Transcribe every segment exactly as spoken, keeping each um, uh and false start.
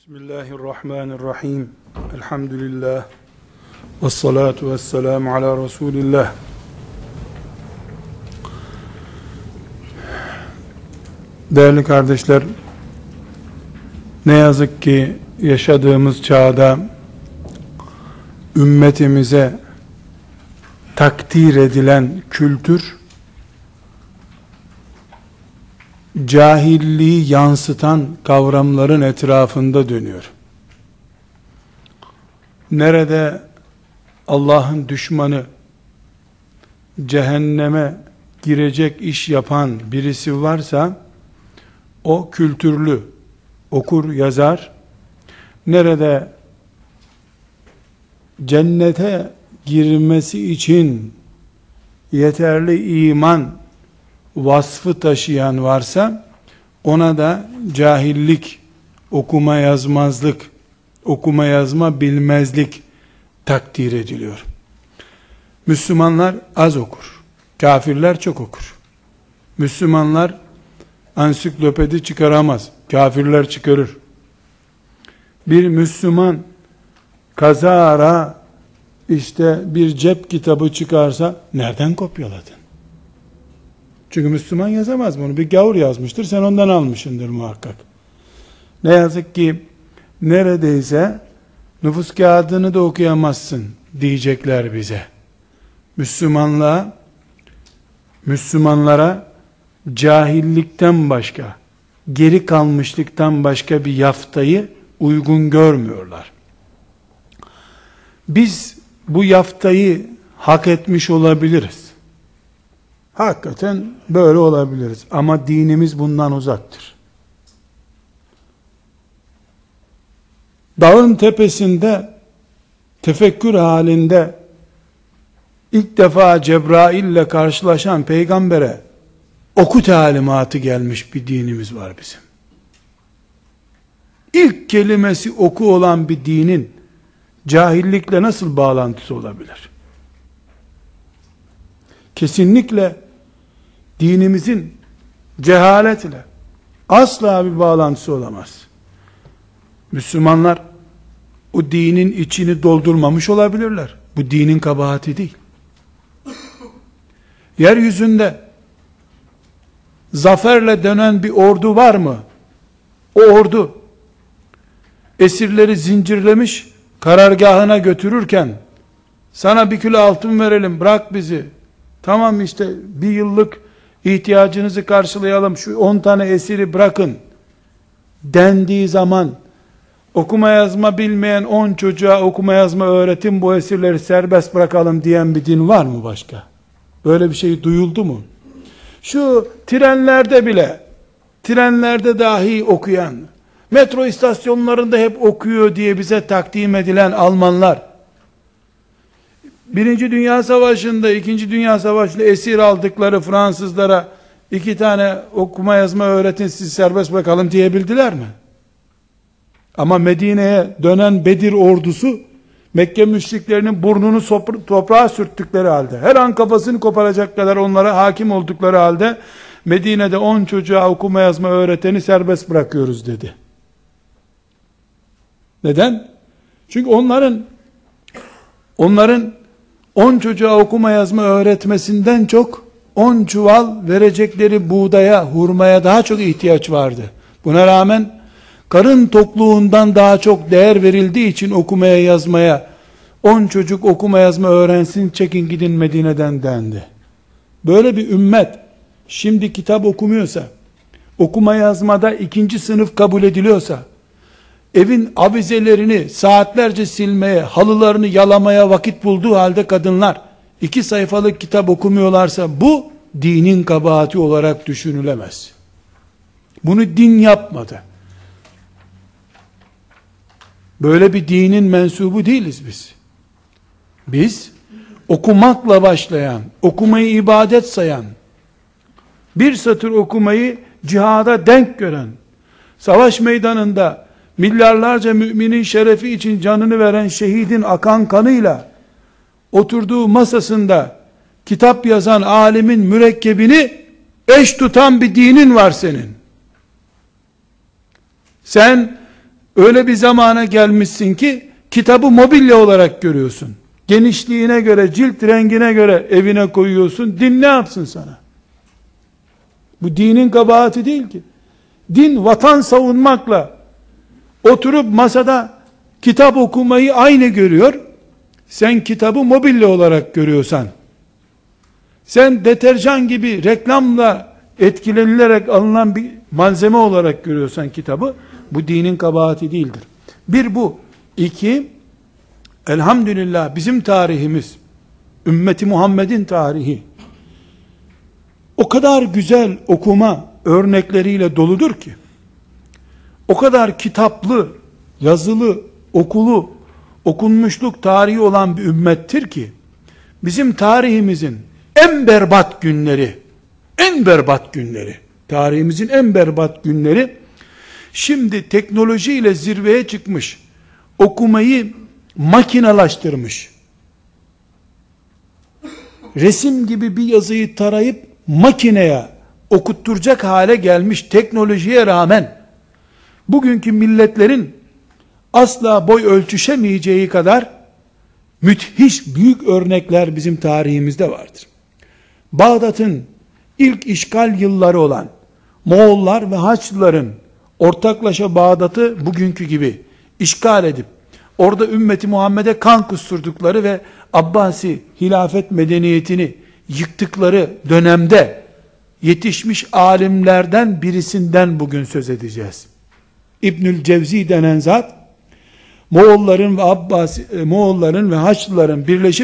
Bismillahirrahmanirrahim. Elhamdülillah. Vessalatu vesselamu ala Resulillah. Değerli kardeşler, ne yazık ki yaşadığımız çağda ümmetimize takdir edilen kültür, cahilliği yansıtan kavramların etrafında dönüyor. Nerede Allah'ın düşmanı, cehenneme girecek iş yapan birisi varsa, o kültürlü, okur yazar. Nerede cennete girmesi için yeterli iman vasfı taşıyan varsa, ona da cahillik, okuma yazmazlık, okuma yazma bilmezlik takdir ediliyor. Müslümanlar az okur, kafirler çok okur. Müslümanlar ansiklopedi çıkaramaz, kafirler çıkarır. Bir Müslüman kazara işte bir cep kitabı çıkarsa, nereden kopyaladın? Çünkü Müslüman yazamaz bunu. Bir gavur yazmıştır, sen ondan almışsındır muhakkak. Ne yazık ki neredeyse nüfus kağıdını da okuyamazsın diyecekler bize. Müslümanlığa, Müslümanlara cahillikten başka, geri kalmışlıktan başka bir yaftayı uygun görmüyorlar. Biz bu yaftayı hak etmiş olabiliriz. Hakikaten böyle olabiliriz. Ama dinimiz bundan uzaktır. Dağın tepesinde tefekkür halinde ilk defa Cebrail ile karşılaşan peygambere oku talimatı gelmiş bir dinimiz var bizim. İlk kelimesi oku olan bir dinin cahillikle nasıl bağlantısı olabilir? Kesinlikle dinimizin cehaletle asla bir bağlantısı olamaz. Müslümanlar o dinin içini doldurmamış olabilirler. Bu dinin kabahati değil. Yeryüzünde zaferle dönen bir ordu var mı? O ordu esirleri zincirlemiş, karargahına götürürken sana bir kilo altın verelim, bırak bizi. Tamam işte bir yıllık ihtiyacınızı karşılayalım, şu on tane esiri bırakın dendiği zaman, okuma yazma bilmeyen on çocuğa okuma yazma öğretin, bu esirleri serbest bırakalım diyen bir din var mı başka? Böyle bir şey duyuldu mu? Şu trenlerde bile, trenlerde dahi okuyan, metro istasyonlarında hep okuyor diye bize takdim edilen Almanlar, Birinci Dünya Savaşı'nda, İkinci Dünya Savaşı'nda esir aldıkları Fransızlara iki tane okuma yazma öğretin, sizi serbest bırakalım diyebildiler mi? Ama Medine'ye dönen Bedir ordusu, Mekke müşriklerinin burnunu toprağa sürttükleri halde, her an kafasını koparacak kadar onlara hakim oldukları halde, Medine'de on çocuğa okuma yazma öğreteni serbest bırakıyoruz dedi. Neden? Çünkü onların onların on çocuğa okuma yazma öğretmesinden çok on çuval verecekleri buğdaya, hurmaya daha çok ihtiyaç vardı. Buna rağmen karın tokluğundan daha çok değer verildiği için okumaya yazmaya, on çocuk okuma yazma öğrensin, çekin gidin Medine'den dendi. Böyle bir ümmet şimdi kitap okumuyorsa, okuma yazmada ikinci sınıf kabul ediliyorsa, evin avizelerini saatlerce silmeye, halılarını yalamaya vakit bulduğu halde kadınlar iki sayfalık kitap okumuyorlarsa, bu dinin kabahati olarak düşünülemez. Bunu din yapmadı. Böyle bir dinin mensubu değiliz biz. Biz okumakla başlayan, okumayı ibadet sayan, bir satır okumayı cihada denk gören, savaş meydanında milyarlarca müminin şerefi için canını veren şehidin akan kanıyla oturduğu masasında kitap yazan alimin mürekkebini eş tutan bir dinin var senin. Sen Öyle bir zamana gelmişsin ki kitabı mobilya olarak görüyorsun. Genişliğine göre, cilt rengine göre evine koyuyorsun. Din ne yapsın sana? Bu dinin kabahati değil ki. Din vatan savunmakla oturup masada kitap okumayı aynı görüyor. Sen kitabı mobilya olarak görüyorsan, sen deterjan gibi reklamla etkilenilerek alınan bir malzeme olarak görüyorsan kitabı, bu dinin kabahati değildir. Bir bu. İki, elhamdülillah bizim tarihimiz, ümmeti Muhammed'in tarihi, o kadar güzel okuma örnekleriyle doludur ki, o kadar kitaplı, yazılı, okulu, okunmuşluk tarihi olan bir ümmettir ki, bizim tarihimizin en berbat günleri, en berbat günleri, tarihimizin en berbat günleri, şimdi teknolojiyle zirveye çıkmış, okumayı makinalaştırmış, resim gibi bir yazıyı tarayıp makineye okutturacak hale gelmiş teknolojiye rağmen, bugünkü milletlerin asla boy ölçüşemeyeceği kadar müthiş büyük örnekler bizim tarihimizde vardır. Bağdat'ın ilk işgal yılları olan Moğollar ve Haçlıların ortaklaşa Bağdat'ı bugünkü gibi işgal edip orada ümmeti Muhammed'e kan kusturdukları ve Abbasi hilafet medeniyetini yıktıkları dönemde yetişmiş alimlerden birisinden bugün söz edeceğiz. İbnül Cevzi denen zat, Moğolların ve Abbasi, Moğolların ve Haçlıların birleşip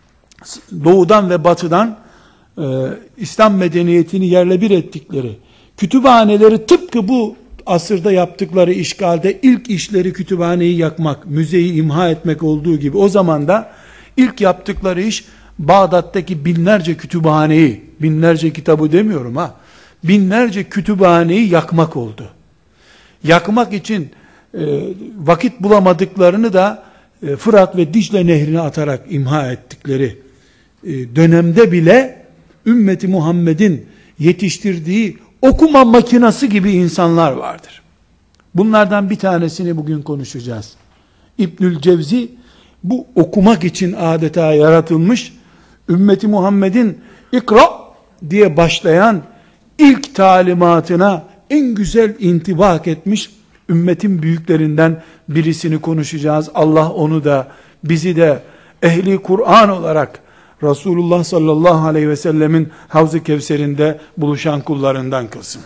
doğudan ve batıdan e, İslam medeniyetini yerle bir ettikleri kütüphaneleri, tıpkı bu asırda yaptıkları işgalde ilk işleri kütüphaneyi yakmak, müzeyi imha etmek olduğu gibi, o zaman da ilk yaptıkları iş Bağdat'taki binlerce kütüphaneyi, binlerce kitabı demiyorum ha, binlerce kütüphaneyi yakmak oldu. Yakmak için e, vakit bulamadıklarını da e, Fırat ve Dicle nehrine atarak imha ettikleri e, dönemde bile ümmeti Muhammed'in yetiştirdiği okuma makinası gibi insanlar vardır. Bunlardan bir tanesini bugün konuşacağız. İbnül Cevzi bu okumak için adeta yaratılmış, ümmeti Muhammed'in ikra diye başlayan ilk talimatına en güzel intibak etmiş ümmetin büyüklerinden birisini konuşacağız. Allah onu da bizi de ehli Kur'an olarak Resulullah sallallahu aleyhi ve sellemin Havz-ı Kevser'inde buluşan kullarından kılsın.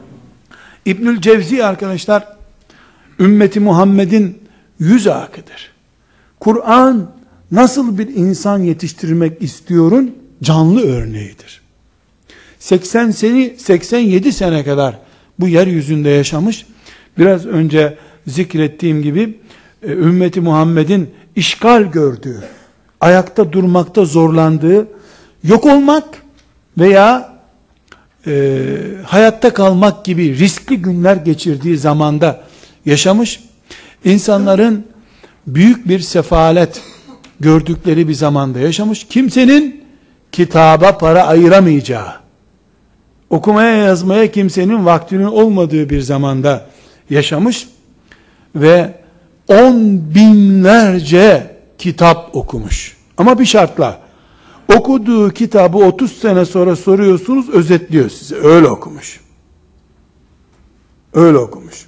İbnül Cevzi arkadaşlar, ümmeti Muhammed'in yüz akıdır. Kur'an nasıl bir insan yetiştirmek istiyorun canlı örneğidir. seksen sene, seksen yedi sene kadar bu yeryüzünde yaşamış. Biraz önce zikrettiğim gibi ümmeti Muhammed'in işgal gördüğü, ayakta durmakta zorlandığı, yok olmak veya e, hayatta kalmak gibi riskli günler geçirdiği zamanda yaşamış, insanların büyük bir sefalet gördükleri bir zamanda yaşamış, kimsenin kitaba para ayıramayacağı, okumaya yazmaya kimsenin vaktinin olmadığı bir zamanda yaşamış ve on binlerce kitap okumuş. Ama bir şartla, okuduğu kitabı otuz sene sonra soruyorsunuz, özetliyor size. Öyle okumuş. Öyle okumuş.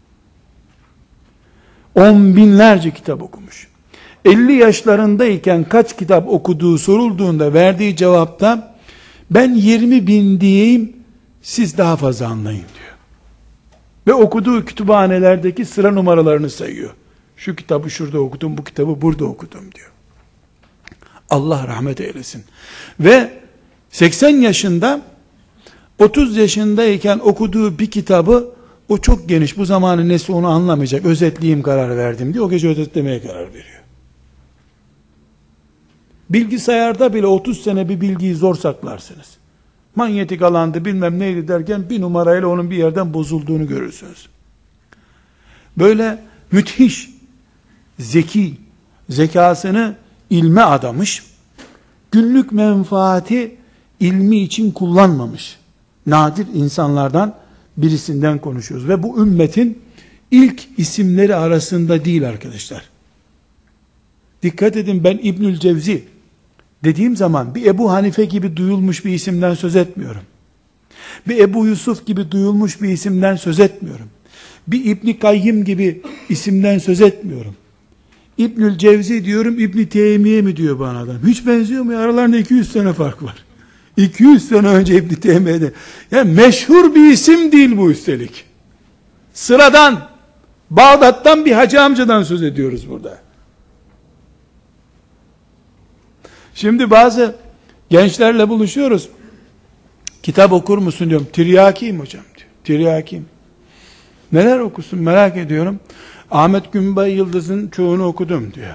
On binlerce kitap okumuş. elli yaşlarındayken kaç kitap okuduğu sorulduğunda verdiği cevapta, ben yirmi bin diyeyim, siz daha fazla anlayın diyor. Ve okuduğu kütüphanelerdeki sıra numaralarını sayıyor. Şu kitabı şurada okudum, bu kitabı burada okudum diyor. Allah rahmet eylesin. Ve seksen yaşında, otuz yaşındayken okuduğu bir kitabı, o çok geniş, bu zamanın nesli onu anlamayacak, özetleyeyim karar verdim diye o gece özetlemeye karar veriyor. Bilgisayarda bile otuz sene bir bilgiyi zor saklarsınız. Manyetik alandı bilmem neydi derken bir numarayla onun bir yerden bozulduğunu görürsünüz. Böyle müthiş, zeki, zekasını ilme adamış, günlük menfaati ilmi için kullanmamış, nadir insanlardan birisinden konuşuyoruz. Ve bu ümmetin ilk isimleri arasında değil arkadaşlar. Dikkat edin, ben İbnül Cevzi dediğim zaman bir Ebu Hanife gibi duyulmuş bir isimden söz etmiyorum. Bir Ebu Yusuf gibi duyulmuş bir isimden söz etmiyorum. Bir İbn Kayyim gibi isimden söz etmiyorum. İbnül Cevzi diyorum, İbn Teymiye mi diyor bana adam. Hiç benziyor mu? Aralarında iki yüz sene fark var. iki yüz sene önce İbn Teymiye'de. Yani meşhur bir isim değil bu üstelik. Sıradan, Bağdat'tan bir hacı amcadan söz ediyoruz burada. Şimdi bazı gençlerle buluşuyoruz. Kitap okur musun diyorum. Tiryakiyim hocam diyor. Tiryakiyim. Neler okursun merak ediyorum. Ahmet Günbay Yıldız'ın çoğunu okudum diyor.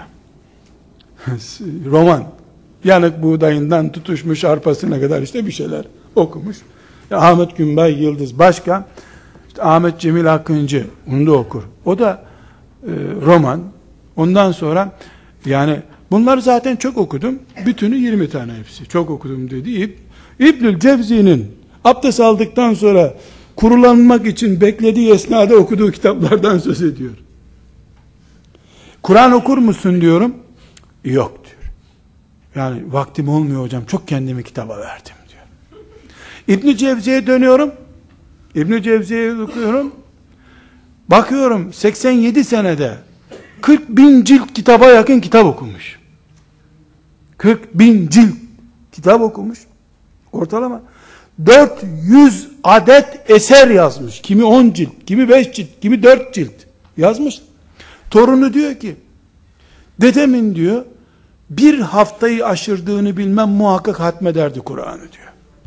Roman. Yanık buğdayından tutuşmuş arpasına kadar işte bir şeyler okumuş. Ya Ahmet Günbay Yıldız başka. İşte Ahmet Cemil Akıncı onu da okur. O da e, roman. Ondan sonra yani bunları zaten çok okudum. Bütünü yirmi tane hepsi. Çok okudum dedi. İb, İbnül Cevzi'nin abdest aldıktan sonra kurulanmak için beklediği esnada okuduğu kitaplardan söz ediyor. Kur'an okur musun diyorum. Yok diyor. Yani vaktim olmuyor hocam. Çok kendimi kitaba verdim diyor. İbn Cevzi'ye dönüyorum. İbn Cevzi'ye okuyorum. Bakıyorum seksen yedi senede kırk bin cilt kitaba yakın kitap okumuş. kırk bin cilt kitap okumuş. Ortalama dört yüz adet eser yazmış. Kimi on cilt, kimi beş cilt, kimi dört cilt yazmış. Torunu diyor ki, dedemin diyor, bir haftayı aşırdığını bilmem muhakkak hatmederdi Kur'an'ı diyor.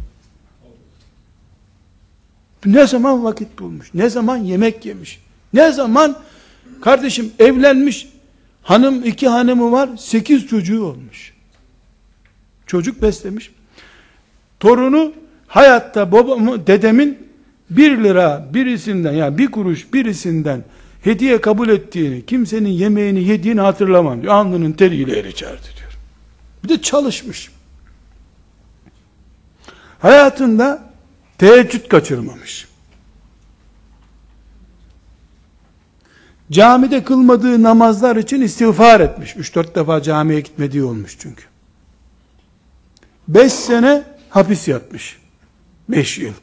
Ne zaman vakit bulmuş, ne zaman yemek yemiş, ne zaman kardeşim evlenmiş, hanım iki hanımı var, sekiz çocuğu olmuş. Çocuk beslemiş. Torunu hayatta babamı, dedemin bir lira birisinden, yani bir kuruş birisinden hediye kabul ettiğini, kimsenin yemeğini yediğini hatırlamam diyor. Alnının teriyle eriçerdi diyor. Bir de çalışmış. Hayatında teheccüd kaçırmamış. Camide kılmadığı namazlar için istiğfar etmiş. Üç dört defa camiye gitmediği olmuş çünkü. Beş sene hapis yatmış. Beş yıl.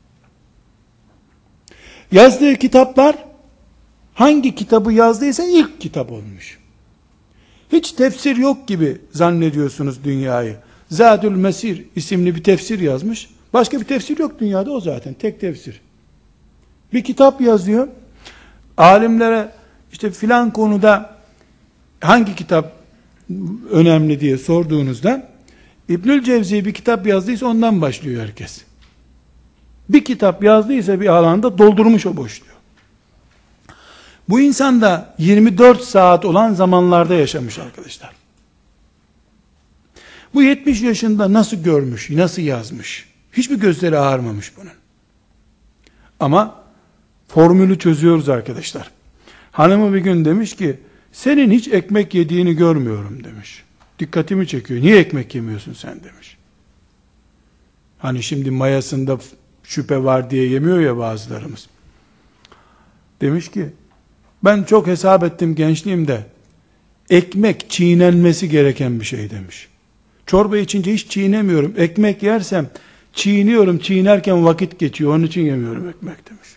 Yazdığı kitaplar, hangi kitabı yazdıysa ilk kitap olmuş. Hiç tefsir yok gibi zannediyorsunuz dünyayı. Zadül Mesir isimli bir tefsir yazmış. Başka bir tefsir yok dünyada, o zaten tek tefsir. Bir kitap yazıyor. Alimlere işte filan konuda hangi kitap önemli diye sorduğunuzda İbnül Cevzi bir kitap yazdıysa ondan başlıyor herkes. Bir kitap yazdıysa bir alanda doldurmuş o boşluğu. Bu insan da yirmi dört saat olan zamanlarda yaşamış arkadaşlar. Bu yetmiş yaşında nasıl görmüş, nasıl yazmış? Hiçbir gözleri ağarmamış bunun. Ama formülü çözüyoruz arkadaşlar. Hanımı bir gün demiş ki, senin hiç ekmek yediğini görmüyorum demiş. Dikkatimi çekiyor. Niye ekmek yemiyorsun sen demiş. Hani şimdi mayasında şüphe var diye yemiyor ya bazılarımız. Demiş ki, ben çok hesap ettim gençliğimde. Ekmek çiğnenmesi gereken bir şey demiş. Çorba içince hiç çiğnemiyorum. Ekmek yersem çiğniyorum. Çiğnerken vakit geçiyor. Onun için yemiyorum ekmek demiş.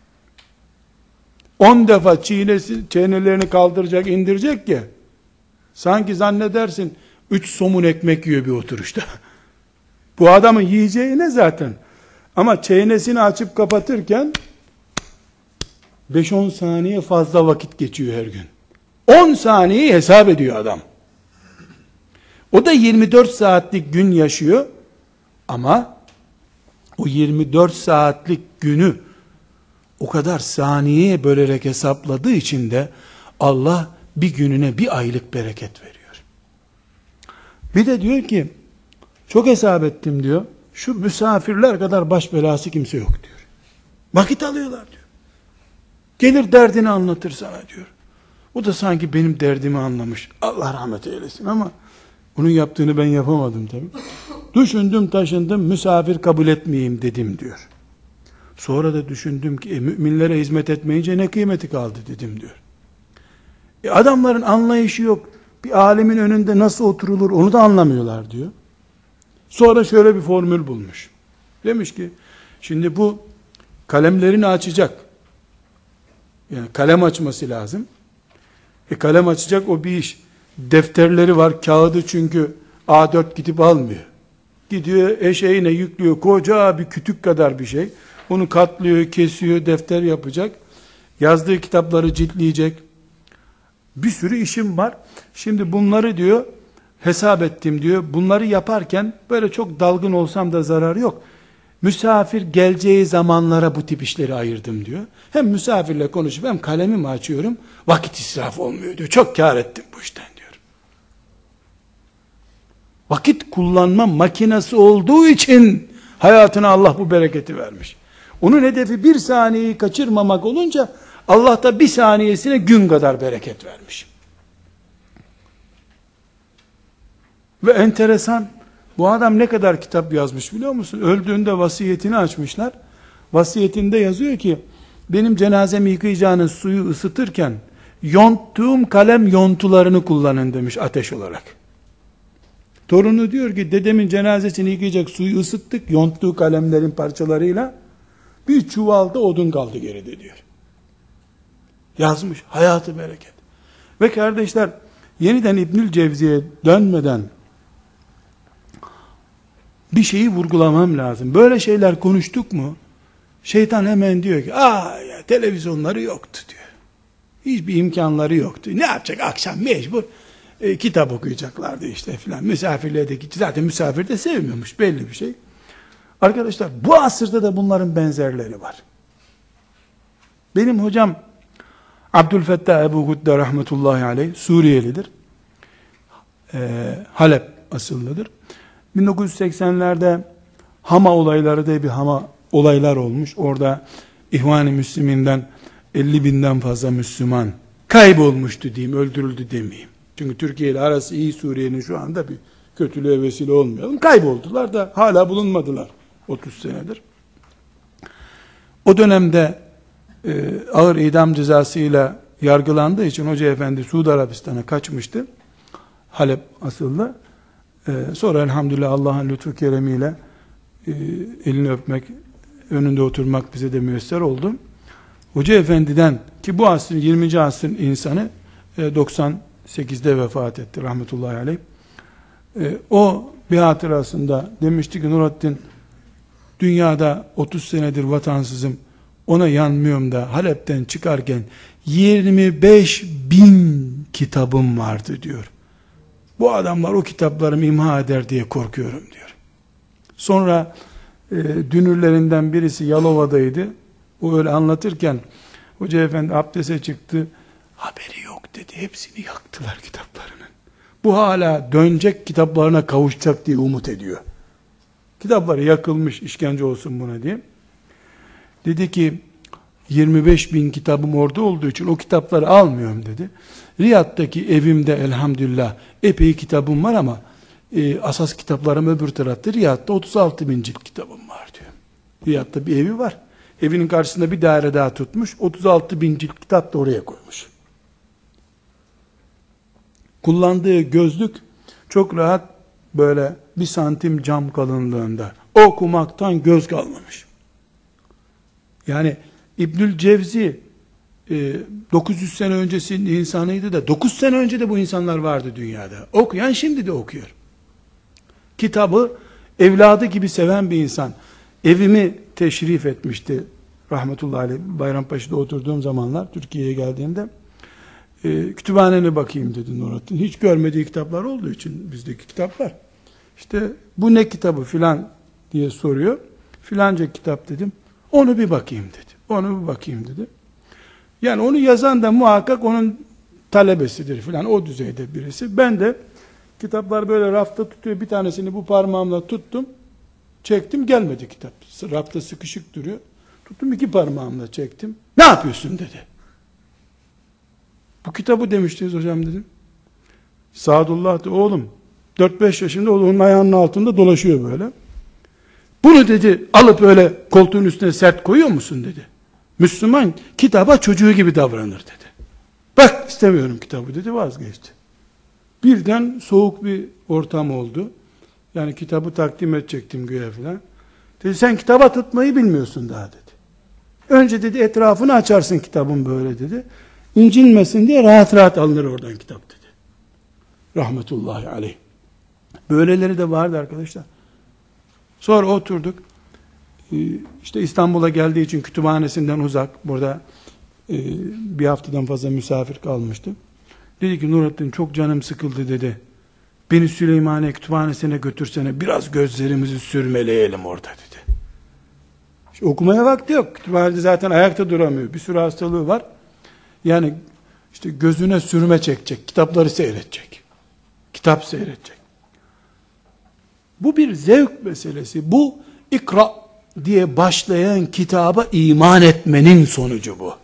On defa çiğnesi, çenelerini kaldıracak, indirecek ki sanki zannedersin üç somun ekmek yiyor bir oturuşta. Bu adamın yiyeceği ne zaten? Ama çenesini açıp kapatırken beş on saniye fazla vakit geçiyor her gün. on saniyeyi hesap ediyor adam. O da yirmi dört saatlik gün yaşıyor. Ama o yirmi dört saatlik günü o kadar saniyeye bölerek hesapladığı için de Allah bir gününe bir aylık bereket veriyor. Bir de diyor ki, çok hesap ettim diyor, şu misafirler kadar baş belası kimse yok diyor. Vakit alıyorlar diyor. Gelir derdini anlatır sana diyor. O da sanki benim derdimi anlamış. Allah rahmet eylesin ama bunun yaptığını ben yapamadım tabii. Düşündüm taşındım, misafir kabul etmeyeyim dedim diyor. Sonra da düşündüm ki e, müminlere hizmet etmeyince ne kıymeti kaldı dedim diyor. E, adamların anlayışı yok. Bir alemin önünde nasıl oturulur onu da anlamıyorlar diyor. Sonra şöyle bir formül bulmuş. Demiş ki şimdi bu kalemlerini açacak. Yani kalem açması lazım. E kalem açacak o bir iş. Defterleri var, kağıdı çünkü A dört gidip almıyor. Gidiyor eşeğine yüklüyor, koca bir kütük kadar bir şey. Onu katlıyor, kesiyor, defter yapacak. Yazdığı kitapları ciltleyecek. Bir sürü işim var. Şimdi bunları diyor hesap ettim diyor. Bunları yaparken böyle çok dalgın olsam da zarar yok. Misafir geleceği zamanlara bu tip işleri ayırdım diyor. Hem misafirle konuşup hem kalemimi açıyorum. Vakit israf olmuyor diyor. Çok kâr ettim bu işten diyor. Vakit kullanma makinesi olduğu için hayatına Allah bu bereketi vermiş. Onun hedefi bir saniyeyi kaçırmamak olunca Allah da bir saniyesine gün kadar bereket vermiş. Ve enteresan, bu adam ne kadar kitap yazmış biliyor musun? Öldüğünde vasiyetini açmışlar. Vasiyetinde yazıyor ki, benim cenazemi yıkayacağınız suyu ısıtırken, yonttuğum kalem yontularını kullanın demiş ateş olarak. Torunu diyor ki, dedemin cenazesini yıkayacak suyu ısıttık, yonttuğu kalemlerin parçalarıyla, bir çuvalda odun kaldı geride diyor. Yazmış, hayatı bereket. Ve kardeşler, yeniden İbnül Cevzi'ye dönmeden, bir şeyi vurgulamam lazım. Böyle şeyler konuştuk mu, şeytan hemen diyor ki, aa ya, televizyonları yoktu diyor. Hiçbir imkanları yoktu. Ne yapacak akşam mecbur e, kitap okuyacaklardı işte filan. Misafirliğe de gitti. Zaten misafir de sevmiyormuş, belli bir şey. Arkadaşlar bu asırda da bunların benzerleri var. Benim hocam Abdülfettah Ebu Gudde rahmetullahi aleyh Suriyelidir. Ee, Halep asıllıdır. bin dokuz yüz seksenlerde Hama olayları diye bir Hama olaylar olmuş. Orada İhvan-ı Müslümin'den elli binden fazla Müslüman kaybolmuştu diyeyim, öldürüldü demeyeyim. Çünkü Türkiye ile arası iyi, Suriye'nin şu anda bir kötülüğe vesile olmayalım. Kayboldular da hala bulunmadılar otuz senedir. O dönemde e, ağır idam cezasıyla yargılandığı için Hoca Efendi Suudi Arabistan'a kaçmıştı. Halep asıllı. E, sonra elhamdülillah Allah'ın lütfu keremiyle e, elini öpmek, önünde oturmak bize de müyesser oldu. Hoca Efendi'den, ki bu asrın yirminci asrın insanı, e, doksan sekizde vefat etti rahmetullahi aleyh. E, o bir hatırasında demişti ki, Nurattin, dünyada otuz senedir vatansızım, ona yanmıyorum da Halep'ten çıkarken yirmi beş bin kitabım vardı diyor. Bu adamlar o kitaplarımı imha eder diye korkuyorum diyor. Sonra e, dünürlerinden birisi Yalova'daydı. O öyle anlatırken Hoca Efendi abdese çıktı. Haberi yok dedi. Hepsini yaktılar kitaplarının. Bu hala dönecek, kitaplarına kavuşacak diye umut ediyor. Kitapları yakılmış, işkence olsun buna diye. Dedi ki yirmi beş bin kitabım orada olduğu için o kitapları almıyorum dedi. Riyad'daki evimde elhamdülillah epey kitabım var ama e, asas kitaplarım öbür tarafta. Riyad'da otuz altı bin cilt kitabım var diyor. Riyad'da bir evi var. Evinin karşısında bir daire daha tutmuş. otuz altı bin cilt kitap da oraya koymuş. Kullandığı gözlük çok rahat böyle bir santim cam kalınlığında. Okumaktan göz kalmamış. Yani İbnül Cevzi e, dokuz yüz sene öncesinin insanıydı da dokuz sene önce de bu insanlar vardı dünyada. Okuyan şimdi de okuyor. Kitabı evladı gibi seven bir insan. Evimi teşrif etmişti rahmetullahi aleyh. Bayrampaşa'da oturduğum zamanlar Türkiye'ye geldiğimde e, kütüphanene bakayım dedi Nurattin. Hiç görmediği kitaplar olduğu için bizdeki kitaplar. İşte bu ne kitabı filan diye soruyor. Filanca kitap dedim. Onu bir bakayım dedi. Onu bir bakayım dedi. Yani onu yazan da muhakkak onun talebesidir filan, o düzeyde birisi. Ben de kitaplar böyle rafta tutuyor. Bir tanesini bu parmağımla tuttum. Çektim, gelmedi kitap. Rafta sıkışık duruyor. Tuttum, iki parmağımla çektim. Ne yapıyorsun dedi. Bu kitabı demiştiniz hocam dedim. Sadullah de oğlum dört beş yaşında onun ayağının altında dolaşıyor böyle. Bunu dedi alıp öyle koltuğun üstüne sert koyuyor musun dedi. Müslüman kitaba çocuğu gibi davranır dedi. Bak istemiyorum kitabı dedi, vazgeçti. Birden soğuk bir ortam oldu. Yani kitabı takdim edecektim güya filan. Dedi sen kitaba tutmayı bilmiyorsun daha dedi. Önce dedi etrafını açarsın kitabın böyle dedi. İncinmesin diye rahat rahat alınır oradan kitap dedi. Rahmetullahi aleyh. Böyleleri de vardı arkadaşlar. Sonra oturduk. İşte İstanbul'a geldiği için kütüphanesinden uzak. Burada bir haftadan fazla misafir kalmıştı. Dedi ki Nurattin çok canım sıkıldı dedi. Beni Süleymaniye kütüphanesine götürsene, biraz gözlerimizi sürmeleyelim orada dedi. İşte okumaya vakti yok. Kütüphanede zaten ayakta duramıyor. Bir sürü hastalığı var. Yani işte gözüne sürme çekecek. Kitapları seyredecek. Kitap seyredecek. Bu bir zevk meselesi. Bu ikra diye başlayan kitaba iman etmenin sonucu bu.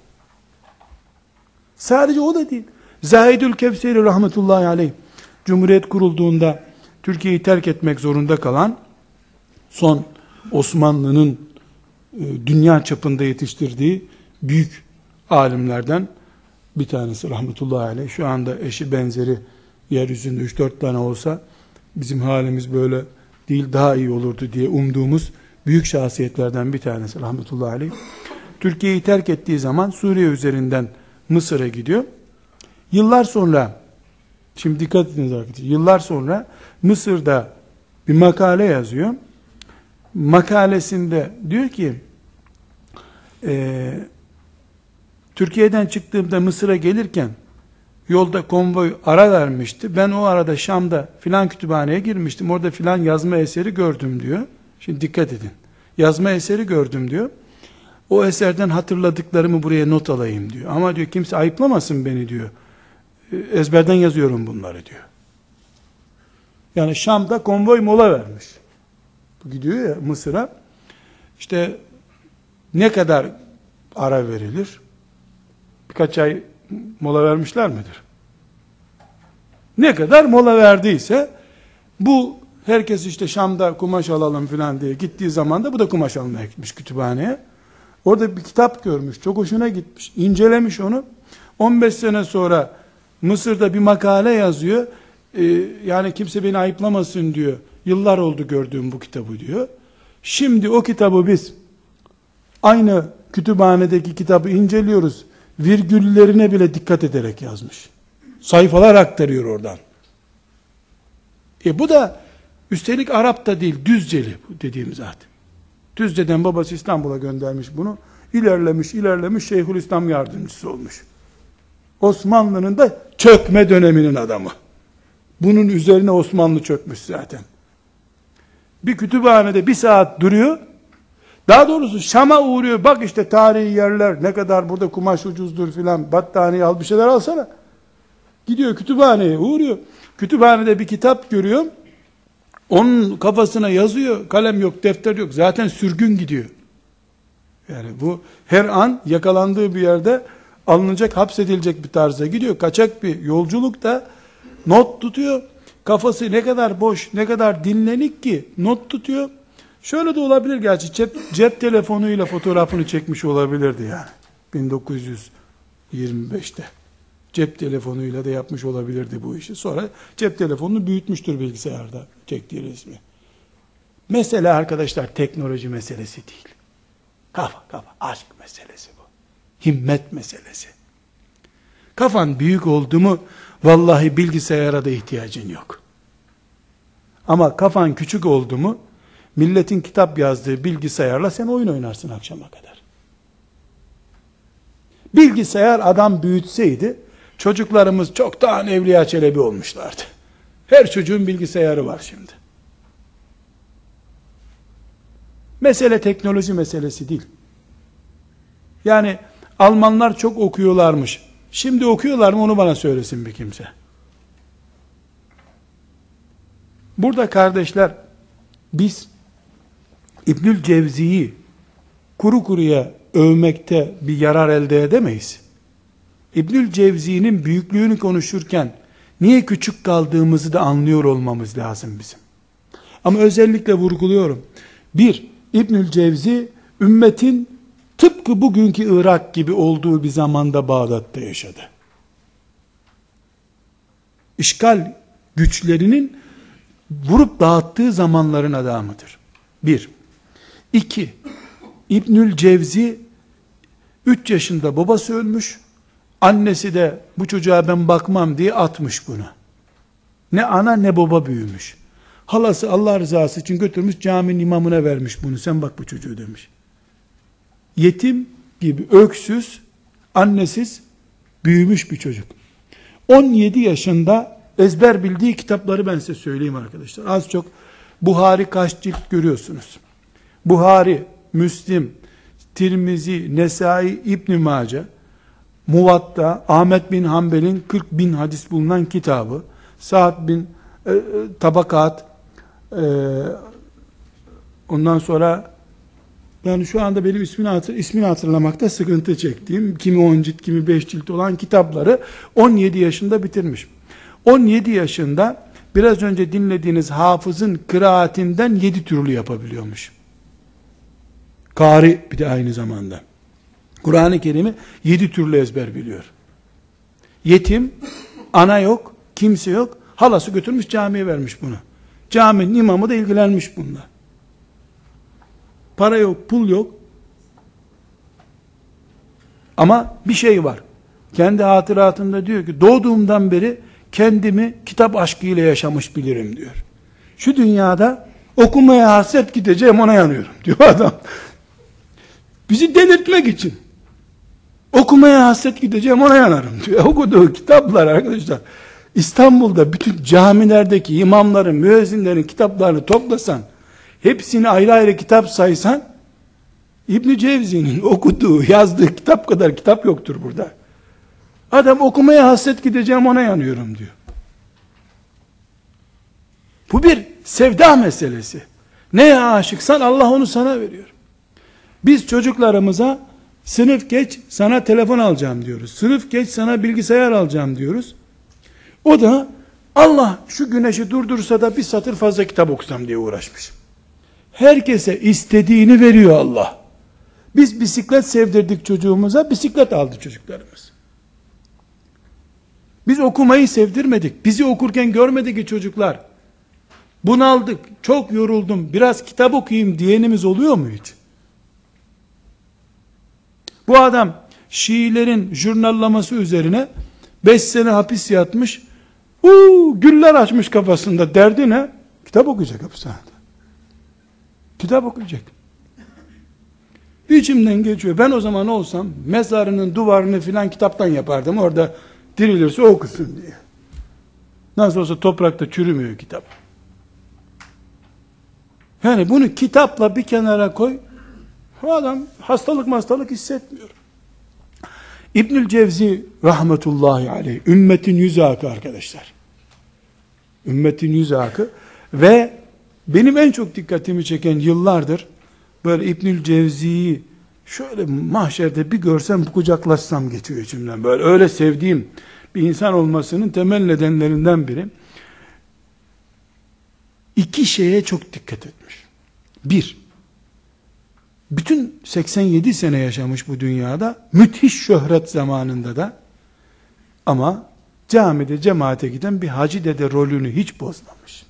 Sadece o da değil. Zahidül Kevseri rahmetullahi aleyh, Cumhuriyet kurulduğunda Türkiye'yi terk etmek zorunda kalan, son Osmanlı'nın e, dünya çapında yetiştirdiği büyük alimlerden bir tanesi rahmetullahi aleyh. Şu anda eşi benzeri yeryüzünde üç dört tane olsa bizim halimiz böyle değil, daha iyi olurdu diye umduğumuz büyük şahsiyetlerden bir tanesi rahmetullahi aleyh. Türkiye'yi terk ettiği zaman Suriye üzerinden Mısır'a gidiyor. Yıllar sonra, şimdi dikkat ediniz arkadaşlar, yıllar sonra Mısır'da bir makale yazıyor. Makalesinde diyor ki, e, Türkiye'den çıktığımda Mısır'a gelirken yolda konvoy ara vermişti. Ben o arada Şam'da filan kütüphaneye girmiştim. Orada filan yazma eseri gördüm diyor. Şimdi dikkat edin. Yazma eseri gördüm diyor. O eserden hatırladıklarımı buraya not alayım diyor. Ama diyor kimse ayıplamasın beni diyor. Ezberden yazıyorum bunları diyor. Yani Şam'da konvoy mola vermiş. Bu gidiyor ya Mısır'a. İşte ne kadar ara verilir? Birkaç ay mola vermişler midir? Ne kadar mola verdiyse bu herkes işte Şam'da kumaş alalım filan diye gittiği zaman da bu da kumaş almaya gitmiş kütüphaneye. Orada bir kitap görmüş. Çok hoşuna gitmiş. İncelemiş onu. on beş sene sonra Mısır'da bir makale yazıyor. Ee, yani kimse beni ayıplamasın diyor. Yıllar oldu gördüğüm bu kitabı diyor. Şimdi o kitabı biz aynı kütüphanedeki kitabı inceliyoruz. Virgüllerine bile dikkat ederek yazmış. Sayfalar aktarıyor oradan. E bu da üstelik Arap da değil, Düzceli bu dediğim zaten. Düzce'den babası İstanbul'a göndermiş bunu. İlerlemiş, ilerlemiş, Şeyhülislam yardımcısı olmuş. Osmanlı'nın da çökme döneminin adamı. Bunun üzerine Osmanlı çökmüş zaten. Bir kütüphanede bir saat duruyor. Daha doğrusu Şam'a uğruyor. Bak işte tarihi yerler, ne kadar burada kumaş ucuzdur filan, battaniye al, bir şeyler alsana. Gidiyor kütüphaneye uğruyor. Kütüphanede bir kitap görüyor. Onun kafasına yazıyor. Kalem yok, defter yok. Zaten sürgün gidiyor. Yani bu her an yakalandığı bir yerde alınacak, hapsedilecek bir tarza gidiyor. Kaçak bir yolculukta not tutuyor. Kafası ne kadar boş, ne kadar dinlenik ki not tutuyor. Şöyle de olabilir gerçi, cep, cep telefonuyla fotoğrafını çekmiş olabilirdi yani. bin dokuz yüz yirmi beşte. Cep telefonuyla da yapmış olabilirdi bu işi. Sonra cep telefonunu büyütmüştür bilgisayarda çektiği resmi. Mesele arkadaşlar teknoloji meselesi değil. Kafa kafa aşk meselesi bu. Himmet meselesi. Kafan büyük oldu mu vallahi bilgisayara da ihtiyacın yok. Ama kafan küçük oldu mu milletin kitap yazdığı bilgisayarla sen oyun oynarsın akşama kadar. Bilgisayar adam büyütseydi çocuklarımız çoktan Evliya Çelebi olmuşlardı. Her çocuğun bilgisayarı var şimdi. Mesele teknoloji meselesi değil. Yani Almanlar çok okuyorlarmış. Şimdi okuyorlar mı onu bana söylesin bir kimse. Burada kardeşler biz İbnül Cevzi'yi kuru kuruya övmekte bir yarar elde edemeyiz. İbnül Cevzi'nin büyüklüğünü konuşurken niye küçük kaldığımızı da anlıyor olmamız lazım bizim. Ama özellikle vurguluyorum. Bir, İbnül Cevzi ümmetin tıpkı bugünkü Irak gibi olduğu bir zamanda Bağdat'ta yaşadı. İşgal güçlerinin vurup dağıttığı zamanların adamıdır. Bir. İki, İbnül Cevzi üç yaşında babası ölmüş, annesi de bu çocuğa ben bakmam diye atmış bunu. Ne ana ne baba büyümüş. Halası Allah rızası için götürmüş, caminin imamına vermiş bunu. Sen bak bu çocuğu demiş. Yetim gibi öksüz, annesiz büyümüş bir çocuk. on yedi yaşında ezber bildiği kitapları ben size söyleyeyim arkadaşlar. Az çok Buhari kaç cilt görüyorsunuz. Buhari, Müslim, Tirmizi, Nesai, İbn Mace, Muvatta, Ahmet bin Hanbel'in kırk bin hadis bulunan kitabı, Sa'd bin e, Tabakat, e, ondan sonra yani şu anda benim ismini, hatır, ismini hatırlamakta sıkıntı çektiğim, kimi on cilt, kimi beş cilt olan kitapları on yedi yaşında bitirmiş. on yedi yaşında biraz önce dinlediğiniz hafızın kıraatinden yedi türlü yapabiliyormuş. Kari bir de aynı zamanda. Kur'an-ı Kerim'i yedi türlü ezber biliyor. Yetim, ana yok, kimse yok. Halası götürmüş camiye vermiş bunu. Caminin imamı da ilgilenmiş bununla. Para yok, pul yok. Ama bir şey var. Kendi hatıratında diyor ki, doğduğumdan beri kendimi kitap aşkıyla yaşamış bilirim diyor. Şu dünyada okumaya hasret gideceğim, ona yanıyorum diyor adam. Bizi delirtmek için. Okumaya hasret gideceğim, ona yanarım diyor. Okuduğu kitaplar arkadaşlar, İstanbul'da bütün camilerdeki imamların, müezzinlerin kitaplarını toplasan, hepsini ayrı ayrı kitap saysan, İbn Cevzi'nin okuduğu, yazdığı kitap kadar kitap yoktur burada. Adam okumaya hasret gideceğim, ona yanıyorum diyor. Bu bir sevda meselesi. Neye aşıksan Allah onu sana veriyor. Biz çocuklarımıza sınıf geç sana telefon alacağım diyoruz. Sınıf geç sana bilgisayar alacağım diyoruz. O da Allah şu güneşi durdursa da bir satır fazla kitap okusam diye uğraşmış. Herkese istediğini veriyor Allah. Biz bisiklet sevdirdik çocuğumuza, bisiklet aldı çocuklarımız. Biz okumayı sevdirmedik. Bizi okurken görmedi ki çocuklar. Bunaldık, çok yoruldum, biraz kitap okuyayım diyenimiz oluyor mu hiç? Bu adam Şiilerin jurnallaması üzerine beş sene hapis yatmış. Uuu güller açmış kafasında. Derdi ne? Kitap okuyacak hapishanede. Kitap okuyacak. İçimden geçiyor. Ben o zaman olsam mezarının duvarını filan kitaptan yapardım. Orada dirilirse okusun diye. Nasıl olsa toprakta çürümüyor kitap. Yani bunu kitapla bir kenara koy. O adam hastalık hastalık hissetmiyor. İbnül Cevzi rahmetullahi aleyh ümmetin yüz akı arkadaşlar. Ümmetin yüz akı ve benim en çok dikkatimi çeken yıllardır böyle İbnül Cevzi'yi şöyle mahşerde bir görsem kucaklaşsam geçiyor içimden. Böyle öyle sevdiğim bir insan olmasının temel nedenlerinden biri. İki şeye çok dikkat etmiş. Bir, bütün seksen yedi sene yaşamış bu dünyada, müthiş şöhret zamanında da, ama camide cemaate giden bir hacı dede rolünü hiç bozmamış.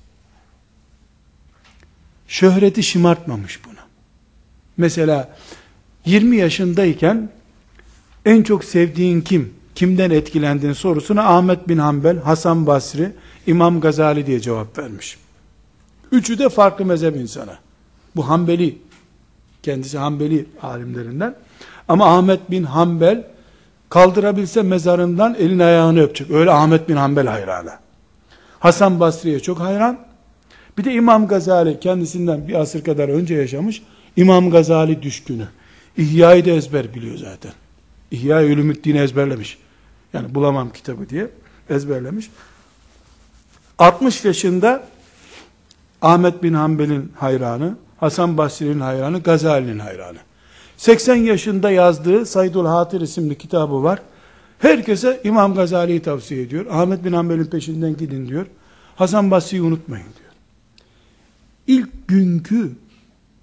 Şöhreti şımartmamış bunu. Mesela yirmi yaşındayken en çok sevdiğin kim, kimden etkilendin sorusuna Ahmet bin Hanbel, Hasan Basri, İmam Gazali diye cevap vermiş. Üçü de farklı mezhep insanı. Bu Hanbeli, kendisi Hanbeli alimlerinden. Ama Ahmet bin Hanbel kaldırabilse mezarından elin ayağını öpecek. Öyle Ahmet bin Hanbel hayranı. Hasan Basri'ye çok hayran. Bir de İmam Gazali, kendisinden bir asır kadar önce yaşamış. İmam Gazali düşkünü. İhya'yı da ezber biliyor zaten. İhya-i Ulumuddin'i ezberlemiş. Yani bulamam kitabı diye ezberlemiş. altmış yaşında Ahmet bin Hanbel'in hayranı, Hasan Basri'nin hayranı, Gazali'nin hayranı. seksen yaşında yazdığı Saydul Hatır isimli kitabı var. Herkese İmam Gazali'yi tavsiye ediyor. Ahmet bin Hanbel'in peşinden gidin diyor. Hasan Basri'yi unutmayın diyor. İlk günkü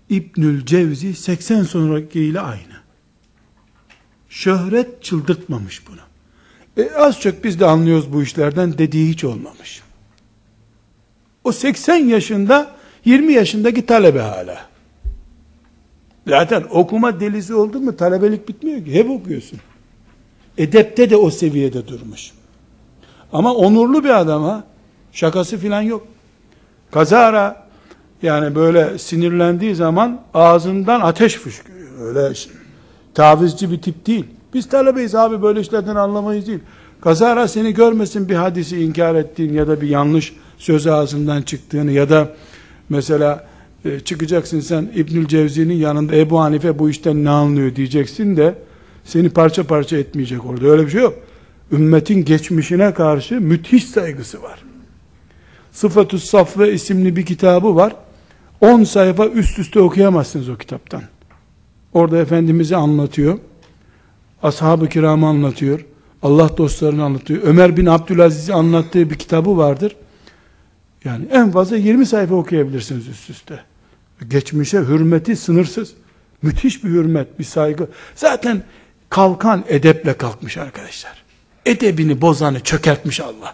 İbnül Cevzi seksen sonrakiyle aynı. Şöhret çıldırtmamış bunu. E az çok biz de anlıyoruz bu işlerden dediği hiç olmamış. O seksen yaşında yirmi yaşındaki talebe hala. Zaten okuma delisi oldu mu talebelik bitmiyor ki. Hep okuyorsun. Edepte de o seviyede durmuş. Ama onurlu bir adama şakası filan yok. Kazara yani böyle sinirlendiği zaman ağzından ateş fışkırıyor. Öyle tavizci bir tip değil. Biz talebeyiz abi, böyle işlerden anlamayız değil. Kazara seni görmesin bir hadisi inkar ettiğin ya da bir yanlış söz ağzından çıktığını ya da mesela e, çıkacaksın sen İbnül Cevzi'nin yanında, Ebu Hanife bu işten ne anlıyor diyeceksin de seni parça parça etmeyecek orada. Öyle bir şey yok. Ümmetin geçmişine karşı müthiş saygısı var. Sıfatü Safve isimli bir kitabı var. on sayfa üst üste okuyamazsınız o kitaptan. Orada Efendimiz'i anlatıyor. Ashab-ı kiramı anlatıyor. Allah dostlarını anlatıyor. Ömer bin Abdülaziz'i anlattığı bir kitabı vardır. Yani en fazla yirmi sayfa okuyabilirsiniz üst üste. Geçmişe hürmeti sınırsız. Müthiş bir hürmet, bir saygı. Zaten kalkan edeple kalkmış arkadaşlar. Edebini bozanı çökertmiş Allah.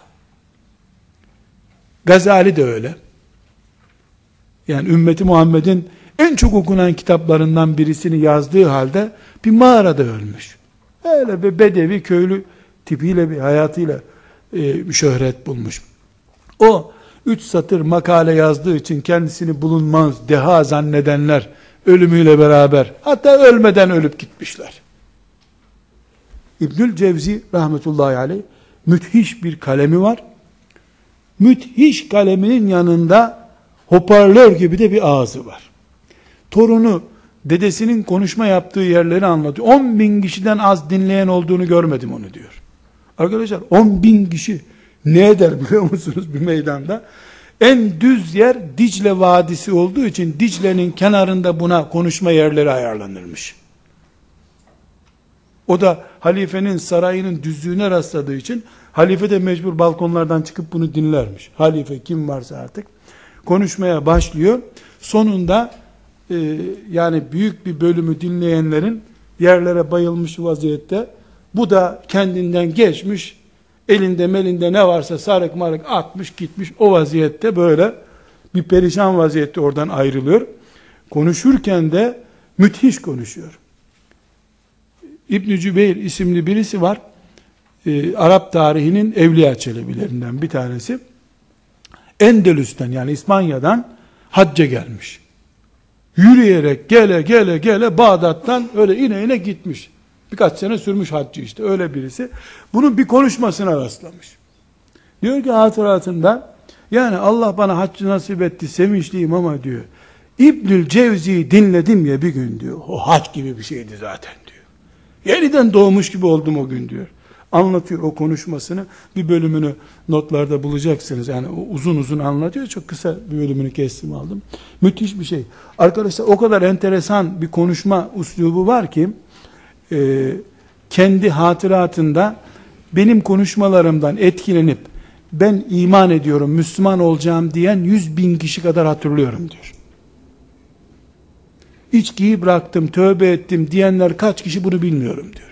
Gazali de öyle. Yani ümmeti Muhammed'in en çok okunan kitaplarından birisini yazdığı halde bir mağarada ölmüş. Öyle bir bedevi köylü tipiyle bir hayatıyla e, şöhret bulmuş. O üç satır makale yazdığı için kendisini bulunmaz deha zannedenler ölümüyle beraber, hatta ölmeden ölüp gitmişler. İbnül Cevzi rahmetullahi aleyh müthiş bir kalemi var. Müthiş kaleminin yanında hoparlör gibi de bir ağzı var. Torunu dedesinin konuşma yaptığı yerleri anlatıyor. on bin kişiden az dinleyen olduğunu görmedim onu diyor. Arkadaşlar on bin kişi ne eder biliyor musunuz bir meydanda? En düz yer Dicle Vadisi olduğu için Dicle'nin kenarında buna konuşma yerleri ayarlanırmış. O da halifenin sarayının düzlüğüne rastladığı için halife de mecbur balkonlardan çıkıp bunu dinlermiş. Halife kim varsa artık konuşmaya başlıyor. Sonunda e, yani büyük bir bölümü dinleyenlerin yerlere bayılmış vaziyette, bu da kendinden geçmiş, elinde melinde ne varsa sarık marık atmış gitmiş, o vaziyette böyle bir perişan vaziyette oradan ayrılıyor. Konuşurken de müthiş konuşuyor. İbn-i Cübeyr isimli birisi var. Ee, Arap tarihinin Evliya Çelebilerinden bir tanesi. Endülüs'ten yani İspanya'dan hacca gelmiş. Yürüyerek gele gele gele Bağdat'tan öyle ine ine gitmiş. Birkaç sene sürmüş haccı işte, öyle birisi. Bunun bir konuşmasına rastlamış. Diyor ki hatıratında, yani Allah bana haccı nasip etti, sevinçliyim ama diyor, İbnül Cevzi'yi dinledim ya bir gün diyor. O hac gibi bir şeydi zaten diyor. Yeniden doğmuş gibi oldum o gün diyor. Anlatıyor o konuşmasını. Bir bölümünü notlarda bulacaksınız. Yani uzun uzun anlatıyor. Çok kısa bir bölümünü kestim aldım. Müthiş bir şey. Arkadaşlar o kadar enteresan bir konuşma üslubu var ki e, kendi hatıratında benim konuşmalarımdan etkilenip ben iman ediyorum, Müslüman olacağım diyen yüz bin kişi kadar hatırlıyorum diyor. İçkiyi bıraktım, tövbe ettim diyenler kaç kişi bunu bilmiyorum diyor.